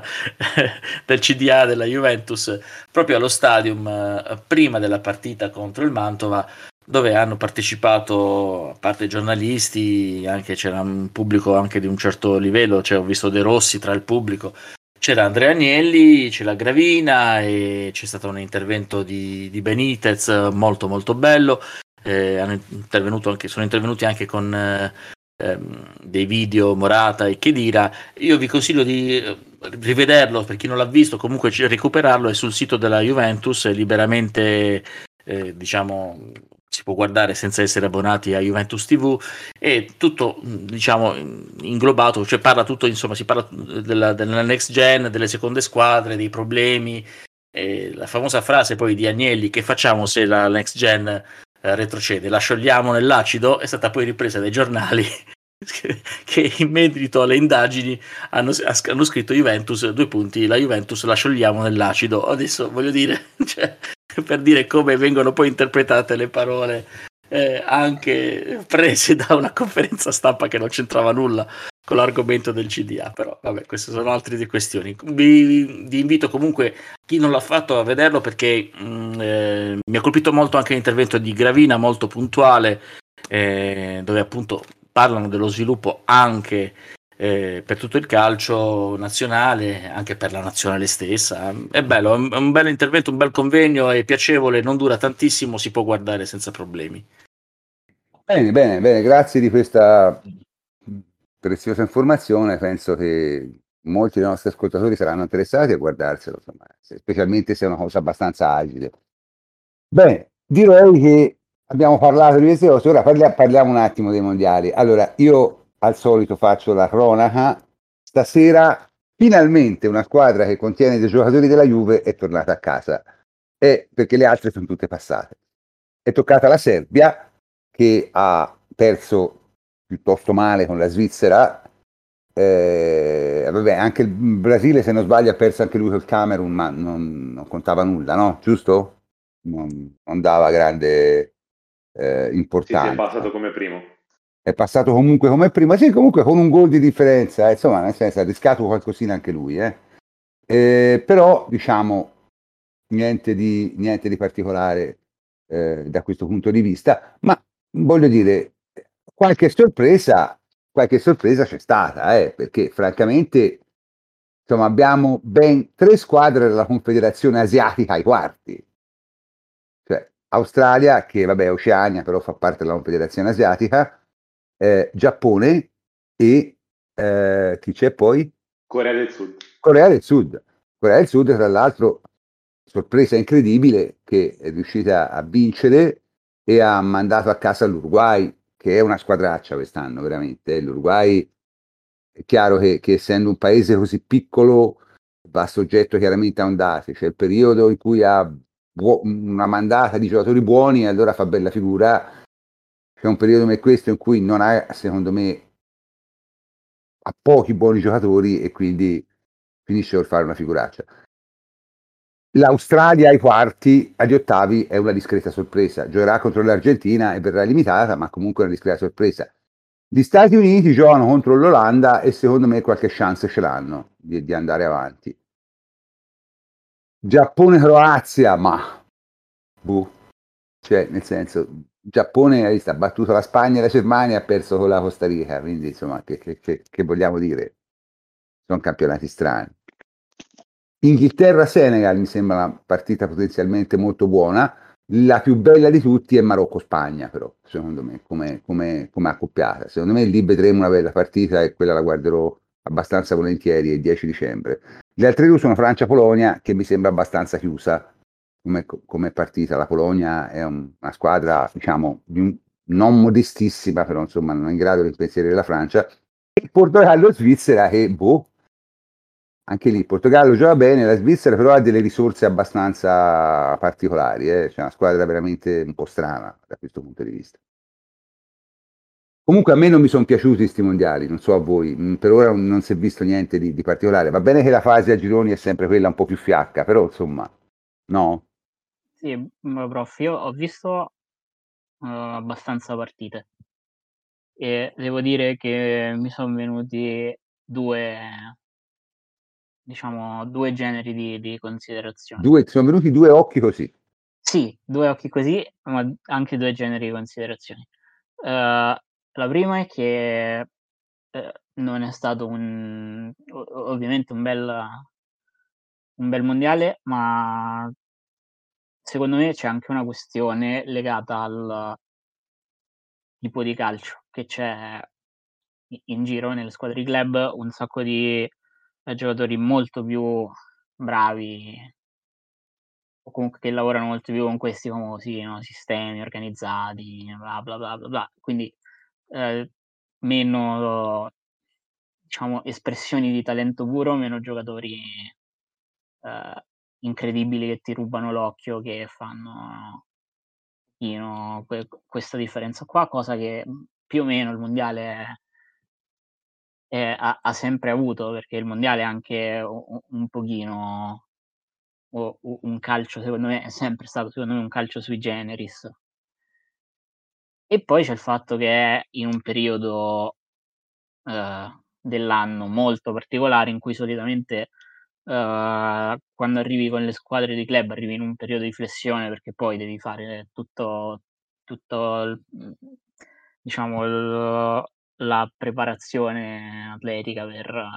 del CDA della Juventus, proprio allo stadium, prima della partita contro il Mantova, dove hanno partecipato, a parte giornalisti, anche c'era un pubblico anche di un certo livello, cioè ho visto De Rossi tra il pubblico, c'era Andrea Agnelli, c'era Gravina, e c'è stato un intervento di Benitez molto molto bello. Sono intervenuti anche con dei video Morata e Khedira. Io vi consiglio di rivederlo, per chi non l'ha visto, comunque recuperarlo, è sul sito della Juventus, è liberamente diciamo si può guardare senza essere abbonati a Juventus TV, e tutto, diciamo, inglobato, cioè parla tutto, insomma, si parla della Next Gen, delle seconde squadre, dei problemi, la famosa frase poi di Agnelli: che facciamo se la Next Gen retrocede? La sciogliamo nell'acido? È stata poi ripresa dai giornali che in merito alle indagini hanno scritto Juventus, 2 punti, la Juventus la sciogliamo nell'acido. Adesso voglio dire, cioè, per dire come vengono poi interpretate le parole, anche prese da una conferenza stampa che non c'entrava nulla con l'argomento del CDA. Però vabbè, queste sono altre questioni. Vi invito comunque, chi non l'ha fatto, a vederlo, perché mi ha colpito molto anche l'intervento di Gravina, molto puntuale, dove appunto parlano dello sviluppo anche per tutto il calcio nazionale, anche per la nazionale stessa. È bello, è un bel intervento, un bel convegno, è piacevole, non dura tantissimo, si può guardare senza problemi. Bene, grazie di questa preziosa informazione. Penso che molti dei nostri ascoltatori saranno interessati a guardarselo, insomma, specialmente se è una cosa abbastanza agile. Bene, direi che abbiamo parlato di queste cose, ora parliamo un attimo dei mondiali. Allora, io al solito faccio la cronaca. Stasera finalmente una squadra che contiene dei giocatori della Juve è tornata a casa. perché le altre sono tutte passate. È toccata alla Serbia, che ha perso piuttosto male con la Svizzera. Vabbè, anche il Brasile, se non sbaglio, ha perso anche lui col Camerun, ma non contava nulla, no? Giusto? Non dava grande Sì, è importanza. passato come primo. È passato comunque come prima, sì, comunque con un gol di differenza, insomma, nel senso, ha rischiato qualcosina anche lui, però, diciamo, niente di particolare da questo punto di vista, ma voglio dire, qualche sorpresa c'è stata, perché francamente, insomma, abbiamo ben 3 squadre della Confederazione Asiatica ai quarti. Cioè, Australia, che vabbè è Oceania, però fa parte della Confederazione Asiatica, Giappone e chi c'è poi? Corea del Sud. Corea del Sud. Corea del Sud, tra l'altro, sorpresa incredibile, che è riuscita a vincere e ha mandato a casa l'Uruguay, che è una squadraccia quest'anno, veramente. L'Uruguay è chiaro che essendo un paese così piccolo va soggetto chiaramente a ondate. C'è il periodo in cui ha una mandata di giocatori buoni e allora fa bella figura. C'è un periodo come questo in cui non ha, secondo me, ha pochi buoni giocatori e quindi finisce per fare una figuraccia. L'Australia ai quarti, agli ottavi è una discreta sorpresa. Giocherà contro l'Argentina e verrà limitata, ma comunque è una discreta sorpresa. Gli Stati Uniti giocano contro l'Olanda e secondo me qualche chance ce l'hanno di andare avanti. Giappone-Croazia, ma cioè nel senso, Giappone ha battuto la Spagna e la Germania e ha perso con la Costa Rica, quindi insomma che vogliamo dire? Sono campionati strani. Inghilterra-Senegal mi sembra una partita potenzialmente molto buona. La più bella di tutti è Marocco-Spagna, però, secondo me, come accoppiata. Secondo me lì vedremo una bella partita e quella la guarderò abbastanza volentieri il 10 dicembre. Le altre due sono Francia-Polonia, che mi sembra abbastanza chiusa come partita. La Polonia è una squadra, diciamo, non modestissima, però insomma non è in grado di impensierire la Francia. E Portogallo-Svizzera che, anche lì, il Portogallo gioca bene, la Svizzera però ha delle risorse abbastanza particolari, c'è una squadra veramente un po' strana da questo punto di vista. Comunque a me non mi sono piaciuti questi mondiali, non so a voi, per ora non si è visto niente di particolare. Va bene che la fase a gironi è sempre quella un po' più fiacca, però insomma, no? Sì, prof, io ho visto abbastanza partite e devo dire che mi sono venuti due generi di considerazioni. Sono venuti 2 occhi così. Sì, 2 occhi così, ma anche 2 generi di considerazioni. La prima è che, non è stato ovviamente un bel mondiale, ma secondo me c'è anche una questione legata al tipo di calcio che c'è in giro nelle squadre di club, un sacco di giocatori molto più bravi o comunque che lavorano molto più con questi famosi, no, sistemi organizzati, bla, bla, bla, bla, bla. Quindi, meno, diciamo, espressioni di talento puro, meno giocatori, ehm, incredibili che ti rubano l'occhio, che fanno questa differenza qua, cosa che, più o meno il mondiale ha sempre avuto, perché il mondiale è anche un pochino un calcio, secondo me è sempre stato secondo me un calcio sui generis. E poi c'è il fatto che è in un periodo, dell'anno molto particolare in cui solitamente, quando arrivi con le squadre di club arrivi in un periodo di flessione, perché poi devi fare tutto diciamo la preparazione atletica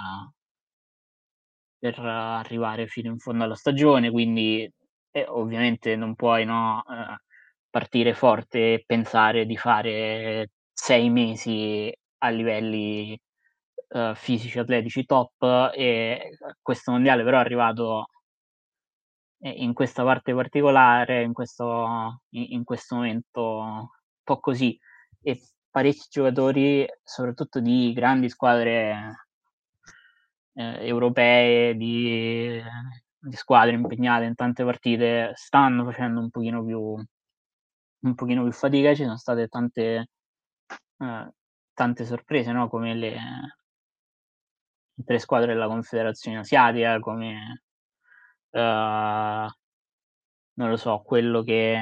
per arrivare fino in fondo alla stagione, quindi ovviamente non puoi, no, partire forte e pensare di fare 6 mesi a livelli, fisici, atletici top, e questo mondiale però è arrivato in questa parte particolare, in questo momento un po' così, e parecchi giocatori, soprattutto di grandi squadre europee, squadre impegnate in tante partite stanno facendo un pochino più fatica. Ci sono state tante sorprese, no? Come tutte le squadre della Confederazione Asiatica, come non lo so, quello che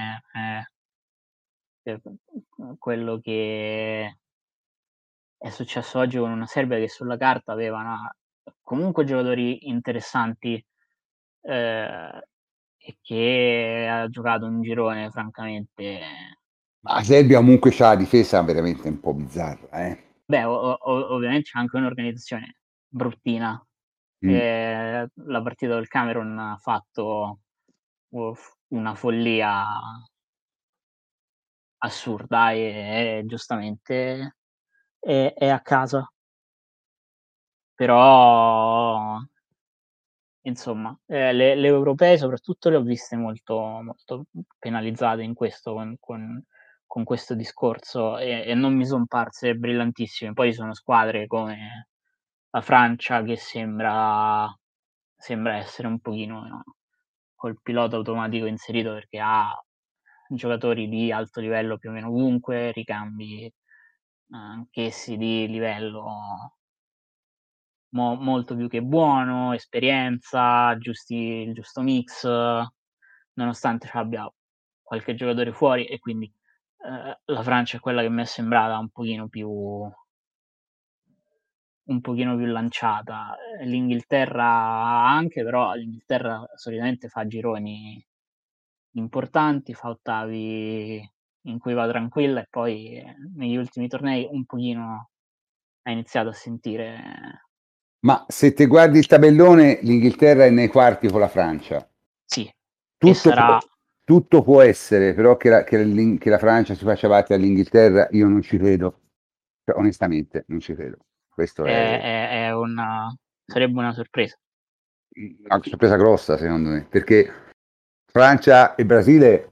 è successo oggi con una Serbia che sulla carta aveva comunque giocatori interessanti, e che ha giocato un girone francamente. Ma la Serbia comunque c'ha la difesa veramente un po' bizzarra, Beh, ovviamente c'è anche un'organizzazione bruttina. La partita del Camerun ha fatto una follia assurda e giustamente è a casa. Però insomma, le europee soprattutto le ho viste molto molto penalizzate in questo con questo discorso e non mi son parse brillantissime. Poi sono squadre come la Francia che sembra essere un pochino col pilota automatico inserito perché ha giocatori di alto livello più o meno ovunque, ricambi anch'essi di livello molto più che buono, esperienza, il giusto mix, nonostante c'abbia qualche giocatore fuori e quindi, la Francia è quella che m'è sembrata un pochino più lanciata. L'Inghilterra anche, però l'Inghilterra solitamente fa gironi importanti, fa ottavi in cui va tranquilla e poi, negli ultimi tornei un pochino ha iniziato a sentire. Ma se te guardi il tabellone, l'Inghilterra è nei quarti con la Francia. Sì, e Tutto sarà tutto può essere, però che la Francia si faccia battere all'Inghilterra, io non ci credo. Cioè, onestamente, non ci credo. Questo è sarebbe una sorpresa. una sorpresa grossa, secondo me, perché Francia e Brasile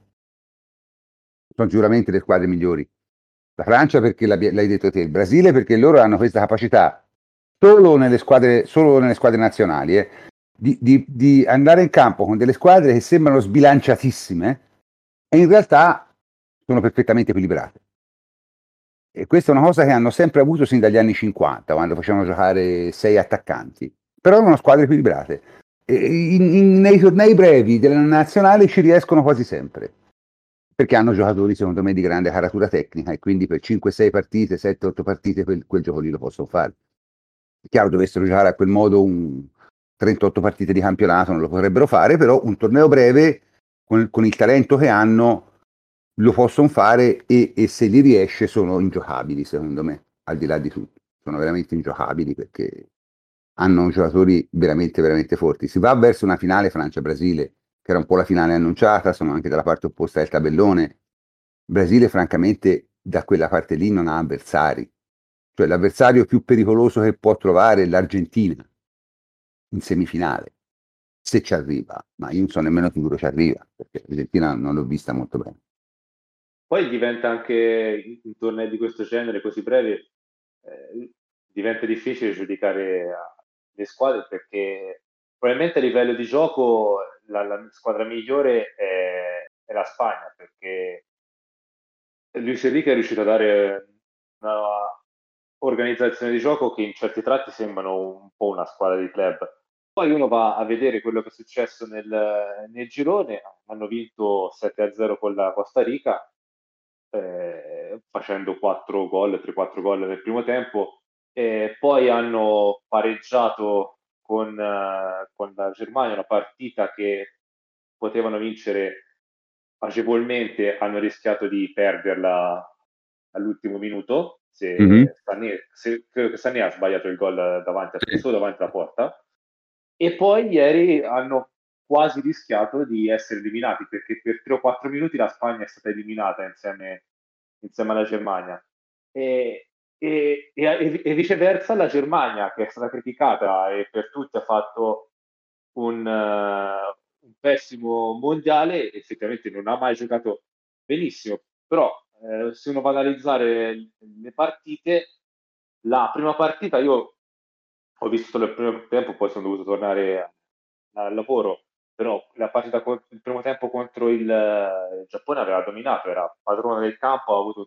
sono sicuramente le squadre migliori. La Francia perché l'hai detto te, il Brasile perché loro hanno questa capacità solo nelle squadre nazionali, di andare in campo con delle squadre che sembrano sbilanciatissime e in realtà sono perfettamente equilibrate. E questa è una cosa che hanno sempre avuto sin dagli anni 50, quando facevano giocare 6 attaccanti. Però erano squadre equilibrate. E nei tornei brevi della nazionale ci riescono quasi sempre, perché hanno giocatori secondo me di grande caratura tecnica e quindi per 5-6 partite, 7-8 partite quel gioco lì lo possono fare. È chiaro, dovessero giocare a quel modo 38 partite di campionato non lo potrebbero fare, però un torneo breve con il talento che hanno lo possono fare e se gli riesce sono ingiocabili secondo me, al di là di tutto. Sono veramente ingiocabili perché hanno giocatori veramente veramente forti. Si va verso una finale Francia-Brasile, che era un po' la finale annunciata, sono anche dalla parte opposta del tabellone. Brasile francamente da quella parte lì non ha avversari. Cioè l'avversario più pericoloso che può trovare è l'Argentina in semifinale, se ci arriva, ma io non sono nemmeno sicuro ci arriva, perché l'Argentina non l'ho vista molto bene. Poi diventa anche in tornei di questo genere così brevi, diventa difficile giudicare le squadre perché probabilmente a livello di gioco la squadra migliore è la Spagna, perché Luis Enrique è riuscito a dare una organizzazione di gioco che in certi tratti sembrano un po' una squadra di club. Poi uno va a vedere quello che è successo nel girone, hanno vinto 7-0 con la Costa Rica, facendo 4 gol, 3-4 gol nel primo tempo, poi hanno pareggiato con la Germania, una partita che potevano vincere agevolmente, hanno rischiato di perderla all'ultimo minuto. Credo che Sané ha sbagliato il gol solo davanti alla porta. E poi ieri hanno quasi rischiato di essere eliminati perché per 3 o 4 minuti la Spagna è stata eliminata insieme alla Germania e viceversa la Germania, che è stata criticata e per tutti ha fatto un pessimo mondiale, effettivamente non ha mai giocato benissimo, però se uno va ad analizzare le partite, la prima partita io ho visto solo il primo tempo, poi sono dovuto tornare al lavoro. però il primo tempo contro il Giappone aveva dominato, era padrone del campo, ha avuto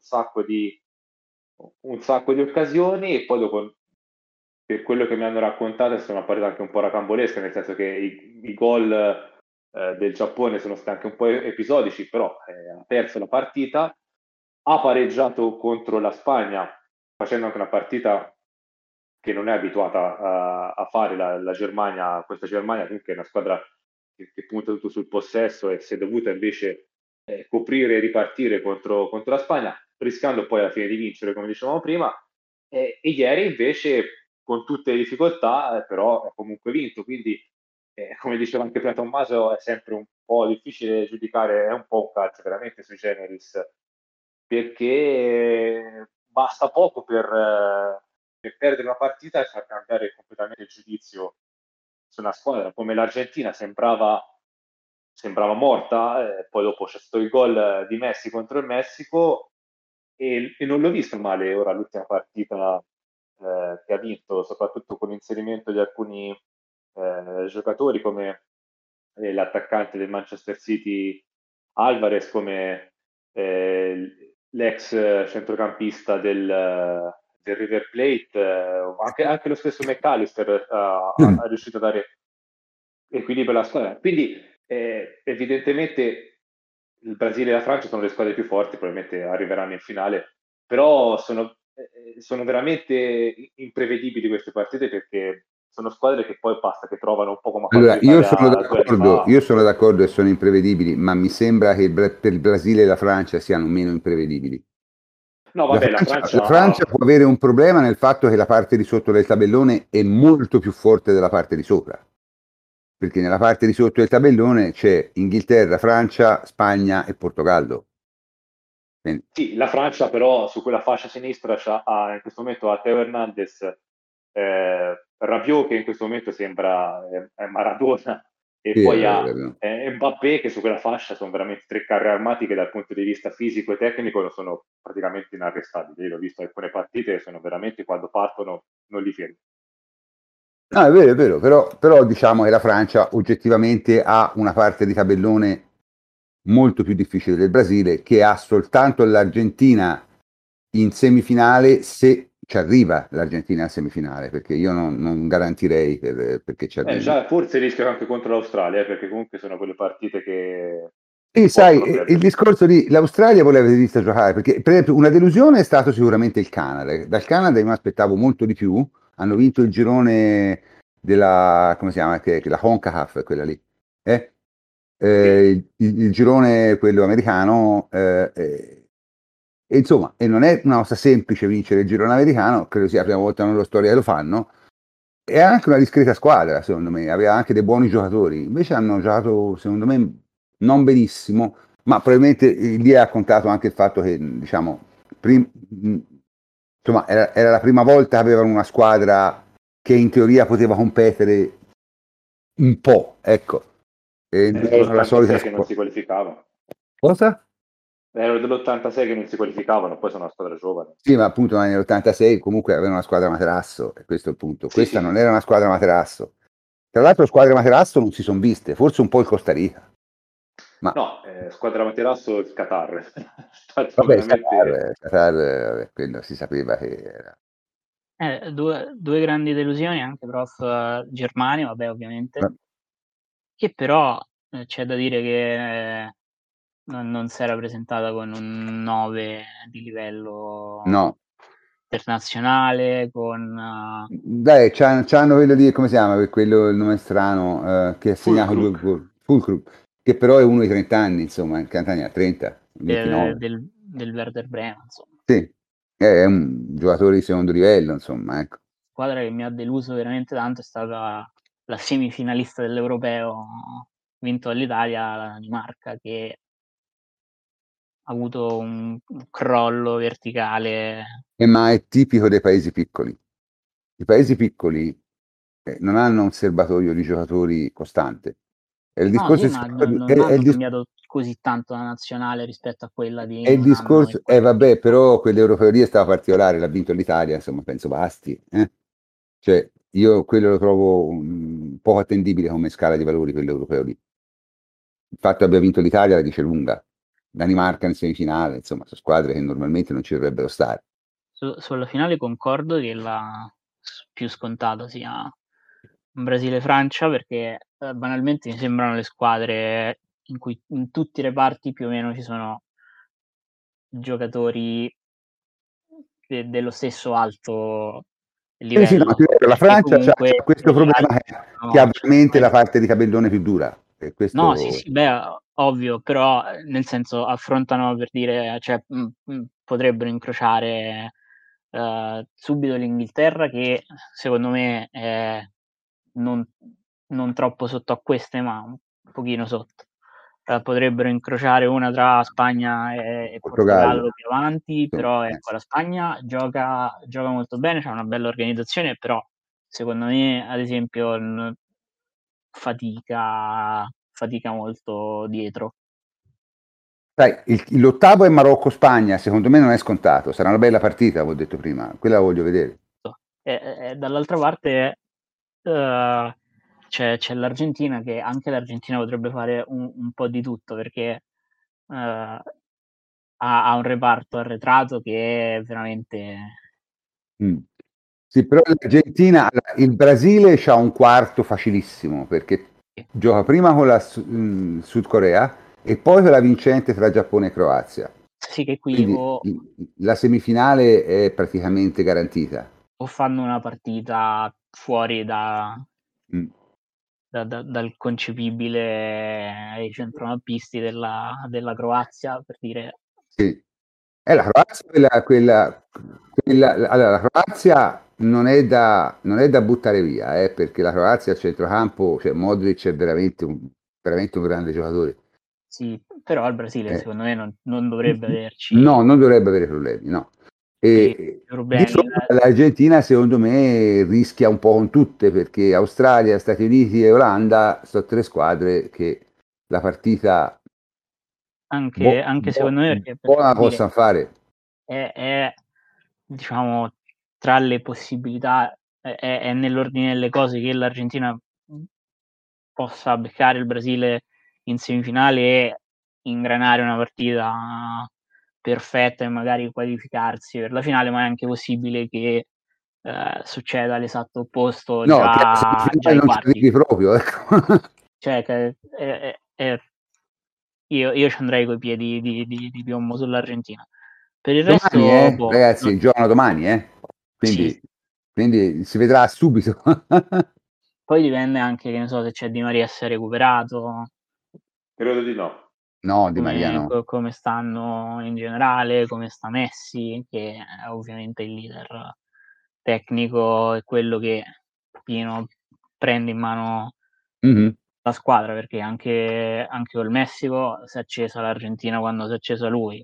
un sacco di occasioni e poi dopo, per quello che mi hanno raccontato, è stata una partita anche un po' racambolesca, nel senso che i gol del Giappone sono stati anche un po' episodici, però ha perso la partita, ha pareggiato contro la Spagna, facendo anche una partita che non è abituata a fare la Germania. Questa Germania comunque è una squadra che punta tutto sul possesso e si è dovuta invece coprire e ripartire contro la Spagna, rischiando poi alla fine di vincere, come dicevamo prima, e ieri invece con tutte le difficoltà però ha comunque vinto, quindi come diceva anche prima Tommaso, è sempre un po' difficile giudicare, è un po' un calcio veramente sui generis, perché basta poco per perdere una partita e far cambiare completamente il giudizio su una squadra. Come l'Argentina sembrava morta, poi dopo c'è stato il gol di Messi contro il Messico e non l'ho visto male ora l'ultima partita che ha vinto, soprattutto con l'inserimento di alcuni giocatori come l'attaccante del Manchester City Alvarez, come l'ex centrocampista del River Plate, anche lo stesso McAllister ha riuscito a dare equilibrio alla squadra. Quindi evidentemente il Brasile e la Francia sono le squadre più forti, probabilmente arriveranno in finale, però sono veramente imprevedibili queste partite, perché sono squadre che poi basta che trovano un po' come ha fatto Allora, io sono l'Italia 2 anni d'accordo, fa. io sono d'accordo e sono imprevedibili, ma mi sembra che per il Brasile e la Francia siano meno imprevedibili. No, La vabbè, la La Francia Francia può avere un problema nel fatto che la parte di sotto del tabellone è molto più forte della parte di sopra, perché nella parte di sotto del tabellone c'è Inghilterra, Francia, Spagna e Portogallo. Quindi, sì, la Francia però su quella fascia sinistra in questo momento ha Teo Hernandez, Rabiot che in questo momento sembra è Maradona, e sì, poi ha Mbappé, che su quella fascia sono veramente tre carri armati che dal punto di vista fisico e tecnico sono praticamente inarrestabili. Io l'ho visto in alcune partite, sono veramente, quando partono non li fermi. no, è vero, però diciamo che la Francia oggettivamente ha una parte di tabellone molto più difficile del Brasile, che ha soltanto l'Argentina in semifinale, se ci arriva l'Argentina in semifinale, perché io non garantirei perché ci arrivi. Già forse rischia anche contro l'Australia, perché comunque sono quelle partite che E sai, possono il perdere. discorso di l'Australia voi l'avete vista giocare, perché per esempio una delusione è stato sicuramente il Canada. Dal Canada io mi aspettavo molto di più, hanno vinto il girone della, come si chiama, che la CONCACAF, quella lì, eh? Sì. Il girone, quello americano, e insomma, e non è una cosa semplice vincere il girone americano, credo sia la prima volta nella storia che lo fanno. È anche una discreta squadra, secondo me, aveva anche dei buoni giocatori. Invece hanno giocato, secondo me, non benissimo, ma probabilmente lì ha contato anche il fatto che, diciamo, insomma, era la prima volta che avevano una squadra che in teoria poteva competere un po', ecco. E non Erano era la solita dell'86 che non squadra. si qualificavano. Cosa? Erano dell'86 che non si qualificavano, poi sono una squadra giovane. Sì, ma appunto nell'86 comunque avevano una squadra materasso, e questo è il punto. Sì, Questa sì, non sì. era una squadra materasso. Tra l'altro squadre materasso non si sono viste, forse un po' il Costa Rica. Ma No, squadra Materasso il Qatar. È stato vabbè, veramente... Qatar, quello si sapeva che era. Due grandi delusioni anche, prof. Germania, vabbè, ovviamente, Ma- che però c'è da dire che non si era presentata con un 9 di livello No, internazionale, con dai, c'hanno quello lì, come si chiama? Quello il nome strano, che ha segnato due Fulkrug. gol. Fulkrug, che però è uno di 30 anni, insomma, che anni ha 30, 29. del Werder Bremen, insomma. Sì, è un giocatore di secondo livello, insomma, ecco. Squadra che mi ha deluso veramente tanto è stata la semifinalista dell'Europeo, vinto dall'Italia, la Danimarca, che ha avuto un crollo verticale. Ma è tipico dei paesi piccoli. I paesi piccoli non hanno un serbatoio di giocatori costante. E il No, discorso sì, è, ma non è hanno il dis- cambiato così tanto la nazionale rispetto a quella è di il un anno e discorso, qualche mese vabbè, fa. però quell'europeo lì è stato particolare, l'ha vinto l'Italia, insomma, penso basti. Cioè, io quello lo trovo poco attendibile come scala di valori, quell'europeo lì. il fatto che abbia vinto l'Italia la dice lunga. Danimarca in semifinale, insomma, sono squadre che normalmente non ci dovrebbero stare. Sulla finale concordo che la più scontata sia Brasile-Francia perché banalmente mi sembrano le squadre in cui in tutti i reparti più o meno ci sono giocatori dello stesso alto Sì, no, livello. la Francia Comunque c'ha questo gli problema altri che ha veramente la no, parte di tabellone più dura. E no, sì, questo... sì, beh, ovvio, però nel senso affrontano per dire, cioè potrebbero incrociare subito l'Inghilterra che secondo me è non, non troppo sotto a queste, ma un pochino sotto. Potrebbero incrociare una tra Spagna e Portogallo. Portogallo più avanti, Insomma, però ecco, la Spagna gioca molto bene, c'ha una bella organizzazione, però secondo me, ad esempio, fatica molto dietro. Sai, l'ottavo è Marocco-Spagna, secondo me non è scontato, sarà una bella partita, come ho detto prima, quella la voglio vedere. E dall'altra parte c'è l'Argentina, che anche l'Argentina potrebbe fare un po' di tutto, perché ha un reparto arretrato che è veramente... Sì, però l'Argentina, il Brasile ha un quarto facilissimo, perché gioca prima con la Sud Corea e poi con la vincente tra Giappone e Croazia. Sì, che qui Quindi la semifinale è praticamente garantita. o fanno una partita fuori Mm. dal concepibile ai centrocampisti della Croazia, per dire. Sì. La Croazia, allora, la Croazia non è da buttare via, perché la Croazia al centrocampo, cioè Modric è veramente un grande giocatore. Sì, però il Brasile Eh, secondo me non dovrebbe averci no, non dovrebbe avere problemi, no. E di problemi. sopra l'Argentina secondo me rischia un po' con tutte, perché Australia, Stati Uniti e Olanda sono tre squadre che la partita Anche secondo me, perché per buona dire, possano fare. è diciamo tra le possibilità, è nell'ordine delle cose che l'Argentina possa beccare il Brasile in semifinale e ingranare una partita perfetta e magari qualificarsi per la finale, ma è anche possibile che succeda l'esatto opposto No, che già ai non ci quarti. arrivi proprio, ecco. Cioè che io ci andrei coi piedi di piombo sull'Argentina. Per il Domani, resto, boh, ragazzi, giocano domani, sì. quindi si vedrà subito. Poi dipende anche, che ne so, se c'è Di Maria si è recuperato, Credo di no. No, Di Maria no. come stanno in generale, come sta Messi, che è ovviamente il leader tecnico e quello che un pochino prende in mano Mhm. la squadra, perché anche col Messico si è accesa l'Argentina quando si è accesa lui.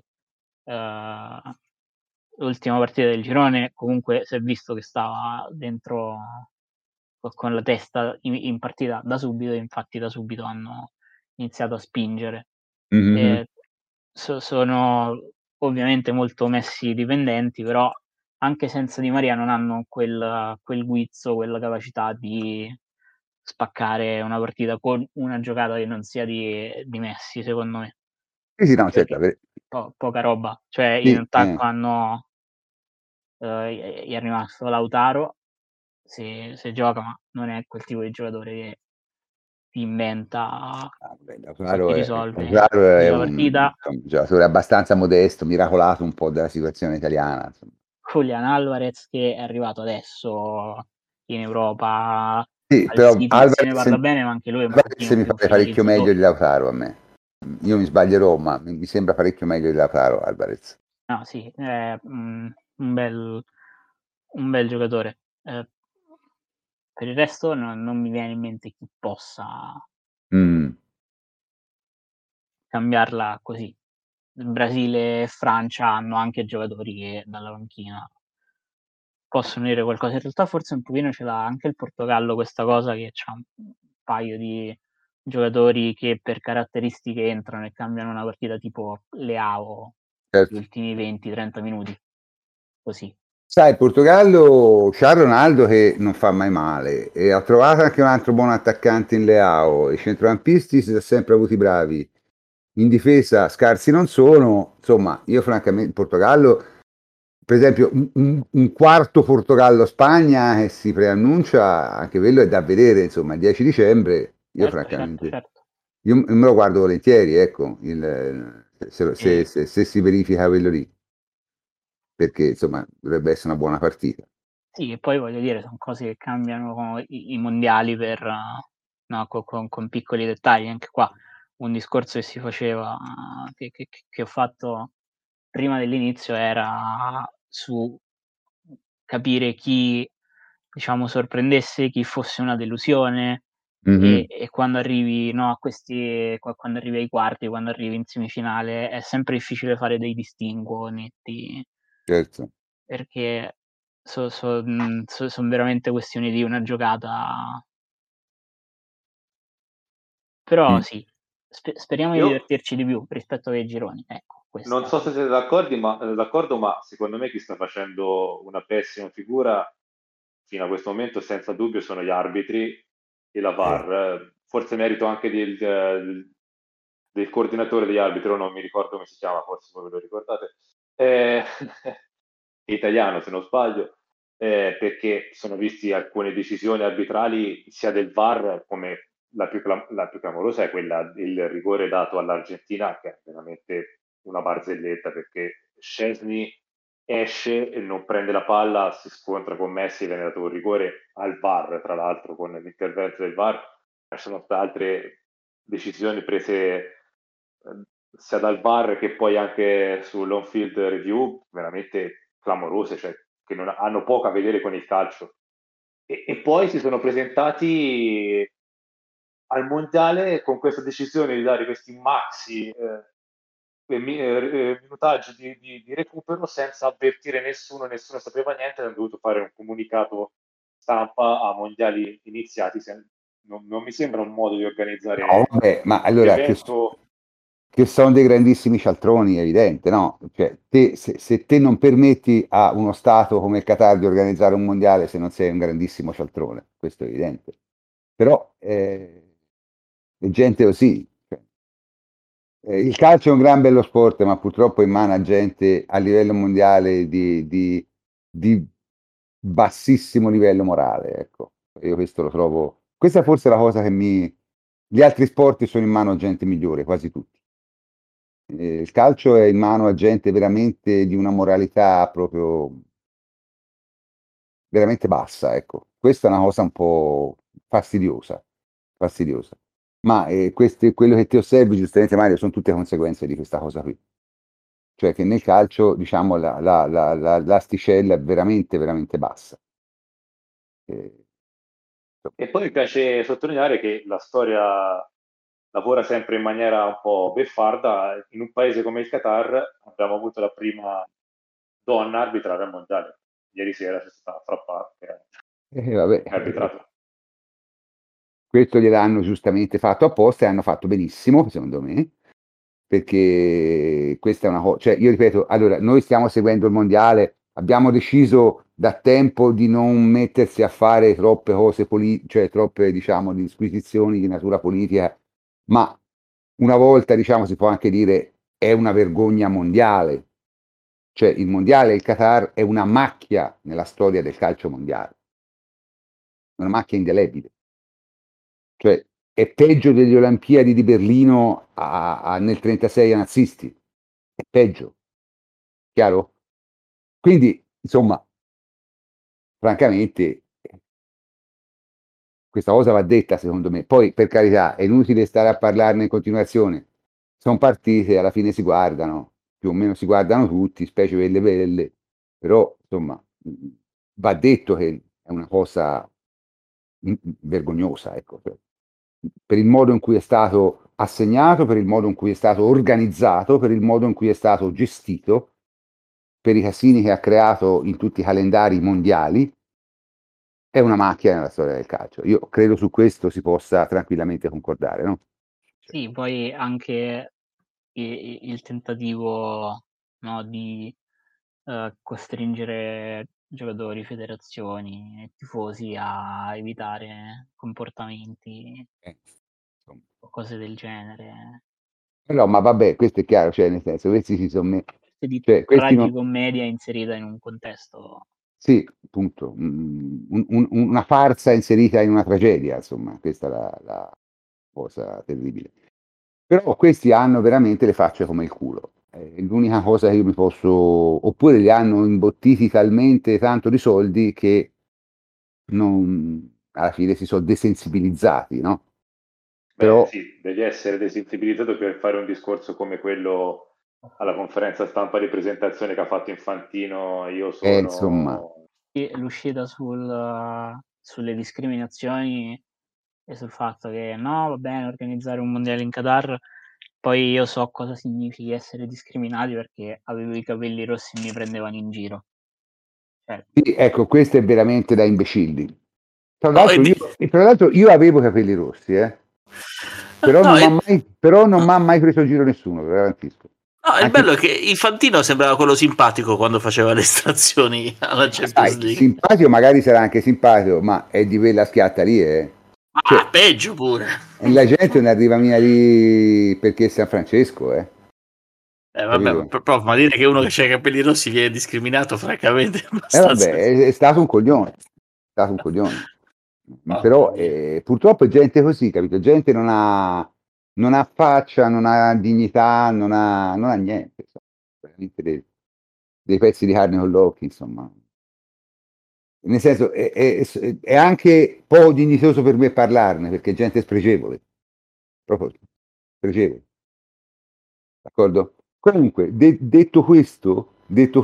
L'ultima partita del girone comunque si è visto che stava dentro con la testa in partita da subito, e infatti da subito hanno iniziato a spingere. Mhm. Sono ovviamente molto Messi dipendenti, però anche senza Di Maria non hanno quel guizzo, quella capacità di spaccare una partita con una giocata che non sia di Messi, secondo me. Sì, sì, no, certo. Perché poca roba. Cioè in Sì, attacco hanno gli è rimasto Lautaro, se gioca, ma non è quel tipo di giocatore che ti inventa beh, o ti risolve Lautaro è la un partita. giocatore abbastanza modesto, miracolato un po' dalla situazione italiana. Insomma. Julian Alvarez, che è arrivato adesso in Europa Sì, al però City, se ne parla bene, ma anche lui è un Alvarez pochino mi più pare parecchio meglio finalizzatore. di Lautaro a me. Io mi sbaglierò, ma mi sembra parecchio meglio di Lautaro Alvarez. No, sì, è un bel giocatore. Per il resto non mi viene in mente chi possa Mm. cambiarla così. Brasile e Francia hanno anche giocatori che dalla panchina possono dire qualcosa. In realtà forse un pochino ce l'ha anche il Portogallo questa cosa, che c'ha un paio di giocatori che per caratteristiche entrano e cambiano una partita, tipo Leao gli Certo. ultimi 20, 30 minuti, così. Sai, il Portogallo c'ha Ronaldo che non fa mai male e ha trovato anche un altro buon attaccante in Leao. I centrocampisti si sono sempre avuti bravi. In difesa scarsi non sono. Insomma, io francamente, il Portogallo, per esempio, un quarto Portogallo-Spagna che si preannuncia, anche quello è da vedere, insomma, il 10 dicembre, io francamente, Certo. io me lo guardo volentieri, ecco, se si verifica quello lì, perché insomma dovrebbe essere una buona partita. Sì, e poi voglio dire, sono cose che cambiano i mondiali per, no, con piccoli dettagli. Anche qua un discorso che si faceva, che ho fatto prima dell'inizio, era su capire chi, diciamo, sorprendesse, chi fosse una delusione. Mhm, E quando arrivi, no, a questi, quando arrivi ai quarti, quando arrivi in semifinale, è sempre difficile fare dei distinguo netti, certo. perché son veramente questioni di una giocata. Però Mm. sì, speriamo di Io divertirci di più rispetto ai gironi, ecco, non questa. so se siete d'accordo, ma secondo me chi sta facendo una pessima figura fino a questo momento, senza dubbio, sono gli arbitri e la Eh, VAR. Forse merito anche del coordinatore degli arbitri, ora non mi ricordo come si chiama, forse voi ve lo ricordate, è italiano se non sbaglio, perché sono visti alcune decisioni arbitrali sia del VAR come la più clamorosa è quella del rigore dato all'Argentina, che è veramente una barzelletta, perché Szczęsny esce e non prende la palla, si scontra con Messi, viene dato un rigore al VAR, tra l'altro con l'intervento del VAR. Ci sono state altre decisioni prese sia dal VAR che poi anche sull'on field review veramente clamorose, cioè che non hanno poco a vedere con il calcio. E poi si sono presentati al mondiale con questa decisione di dare questi maxi minutaggi di recupero senza avvertire nessuno sapeva niente, hanno dovuto fare un comunicato stampa a mondiali iniziati. Non mi sembra un modo di no, organizzare vabbè, ma un allora evento. che sono dei grandissimi cialtroni, è evidente, no? Cioè, se te non permetti a uno Stato come il Qatar di organizzare un mondiale, se non sei un grandissimo cialtrone, questo è evidente. Però è gente così. Cioè, il calcio è un gran bello sport, ma purtroppo in mano a gente a livello mondiale di bassissimo livello morale, ecco. Io questo lo trovo. Questa è forse la cosa che mi. Gli altri sport sono in mano a gente migliore, quasi tutti. Il calcio è in mano a gente veramente di una moralità proprio veramente bassa, ecco. Questa è una cosa un po' fastidiosa, fastidiosa. Ma quello che ti osservi, giustamente Mario, sono tutte conseguenze di questa cosa qui. Cioè che nel calcio, diciamo, l'asticella è veramente, veramente bassa. Eh, E poi mi piace sottolineare che la storia lavora sempre in maniera un po' beffarda. In un paese come il Qatar abbiamo avuto la prima donna a arbitrare al mondiale. Ieri sera c'è stata Frappà che ha vabbè, arbitrato. questo gliel'hanno giustamente fatto apposta e hanno fatto benissimo, secondo me, perché questa è una cosa, cioè io ripeto, allora noi stiamo seguendo il mondiale, abbiamo deciso da tempo di non mettersi a fare troppe cose politiche, cioè troppe, diciamo, disquisizioni di natura politica, ma una volta, diciamo, si può anche dire è una vergogna mondiale, cioè il mondiale e il Qatar è una macchia nella storia del calcio mondiale, una macchia indelebile. Cioè, è peggio delle Olimpiadi di Berlino nel 36 ai nazisti. È peggio, chiaro? Quindi, insomma, francamente, questa cosa va detta, secondo me. Poi, per carità, è inutile stare a parlarne in continuazione. Sono partite, alla fine si guardano, più o meno si guardano tutti, specie quelle belle, però, insomma, va detto che è una cosa vergognosa, ecco, per il modo in cui è stato assegnato, per il modo in cui è stato organizzato, per il modo in cui è stato gestito, per i casini che ha creato in tutti i calendari mondiali, è una macchina nella storia del calcio. Io credo su questo si possa tranquillamente concordare, no? Cioè, Sì, poi anche il tentativo, no, di costringere giocatori, federazioni e tifosi a evitare comportamenti Insomma. o cose del genere. No, ma vabbè, questo è chiaro, cioè nel senso, questi si sono Di cioè, questi non... tragicommedia inserita in un contesto. Sì, appunto, una farsa inserita in una tragedia, insomma, questa è la cosa terribile. Però questi hanno veramente le facce come il culo. È l'unica cosa che io mi posso... Oppure li hanno imbottiti talmente tanto di soldi che alla fine si sono desensibilizzati, no? Però... sì, devi essere desensibilizzato per fare un discorso come quello alla conferenza stampa di presentazione che ha fatto Infantino, io insomma... sono... L'uscita sulle discriminazioni e sul fatto che no, va bene organizzare un mondiale in Qatar, poi io so cosa significhi essere discriminati perché avevo i capelli rossi e mi prendevano in giro. Sì, ecco, questo è veramente da imbecilli. Tra l'altro io avevo i capelli rossi, però non mi ha mai preso in giro nessuno, ve lo garantisco. No, il bello è che Infantino sembrava quello simpatico quando faceva le estrazioni alla Champions League. Simpatico magari sarà anche simpatico, ma è di quella schiatta lì, Cioè, peggio pure. E la gente non arriva mica lì perché è San Francesco, vabbè, prof, ma dire che uno che ha i capelli rossi viene discriminato, francamente, vabbè, è stato un coglione. Però purtroppo è gente così, capito? Gente non ha faccia, non ha dignità, non ha niente, insomma. Veramente dei pezzi di carne con l'occhio, insomma. Nel senso, è anche poco dignitoso per me parlarne, perché è gente spregevole, proprio spregevole. D'accordo? Comunque, detto questo,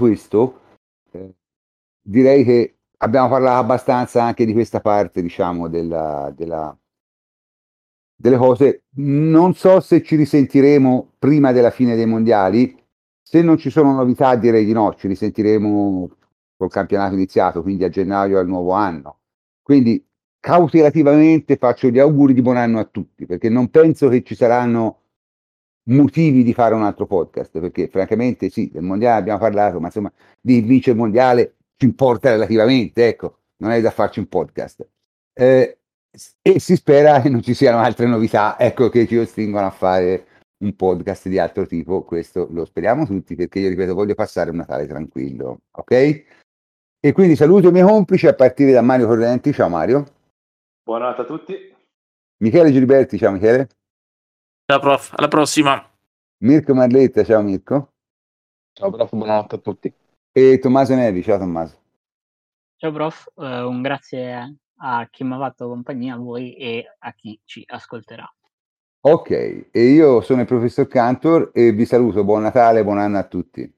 direi che abbiamo parlato abbastanza anche di questa parte, diciamo, delle cose. Non so se ci risentiremo prima della fine dei mondiali. Se non ci sono novità, direi di no, ci risentiremo col campionato iniziato, quindi a gennaio al nuovo anno. Quindi cautelativamente faccio gli auguri di buon anno a tutti, perché non penso che ci saranno motivi di fare un altro podcast, perché francamente sì, del mondiale abbiamo parlato, ma insomma di vincere il mondiale ci importa relativamente, ecco, non è da farci un podcast. E si spera che non ci siano altre novità, ecco, che ci costringono a fare un podcast di altro tipo, questo lo speriamo tutti, perché io ripeto, voglio passare un Natale tranquillo, ok? E quindi saluto i miei complici a partire da Mario Correnti, ciao Mario. Buonanotte a tutti. Michele Giliberti, ciao Michele. Ciao prof, alla prossima. Mirko Marletta, ciao Mirko. Ciao prof, buonanotte a tutti. E Tommaso Nevi, ciao Tommaso. Ciao prof, un grazie a chi mi ha fatto compagnia, a voi e a chi ci ascolterà. Ok, e io sono il professor Cantor e vi saluto, buon Natale, buon anno a tutti.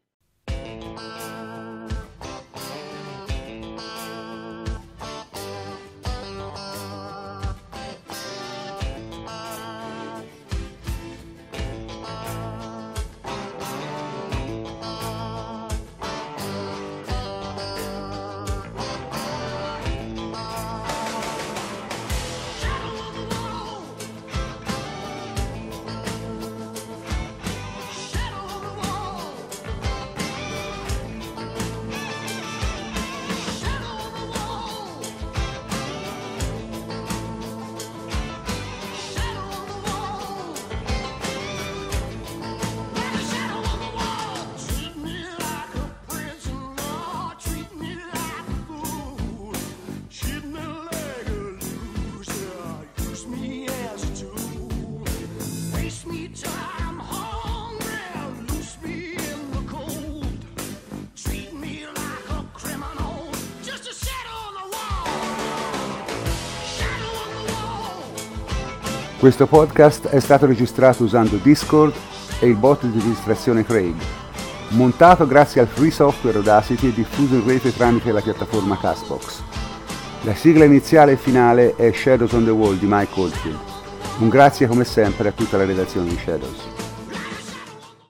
Questo podcast è stato registrato usando Discord e il bot di registrazione Craig, montato grazie al free software Audacity e diffuso in rete tramite la piattaforma Castbox. La sigla iniziale e finale è Shadows on the Wall di Mike Oldfield. Un grazie come sempre a tutta la redazione di Shadows.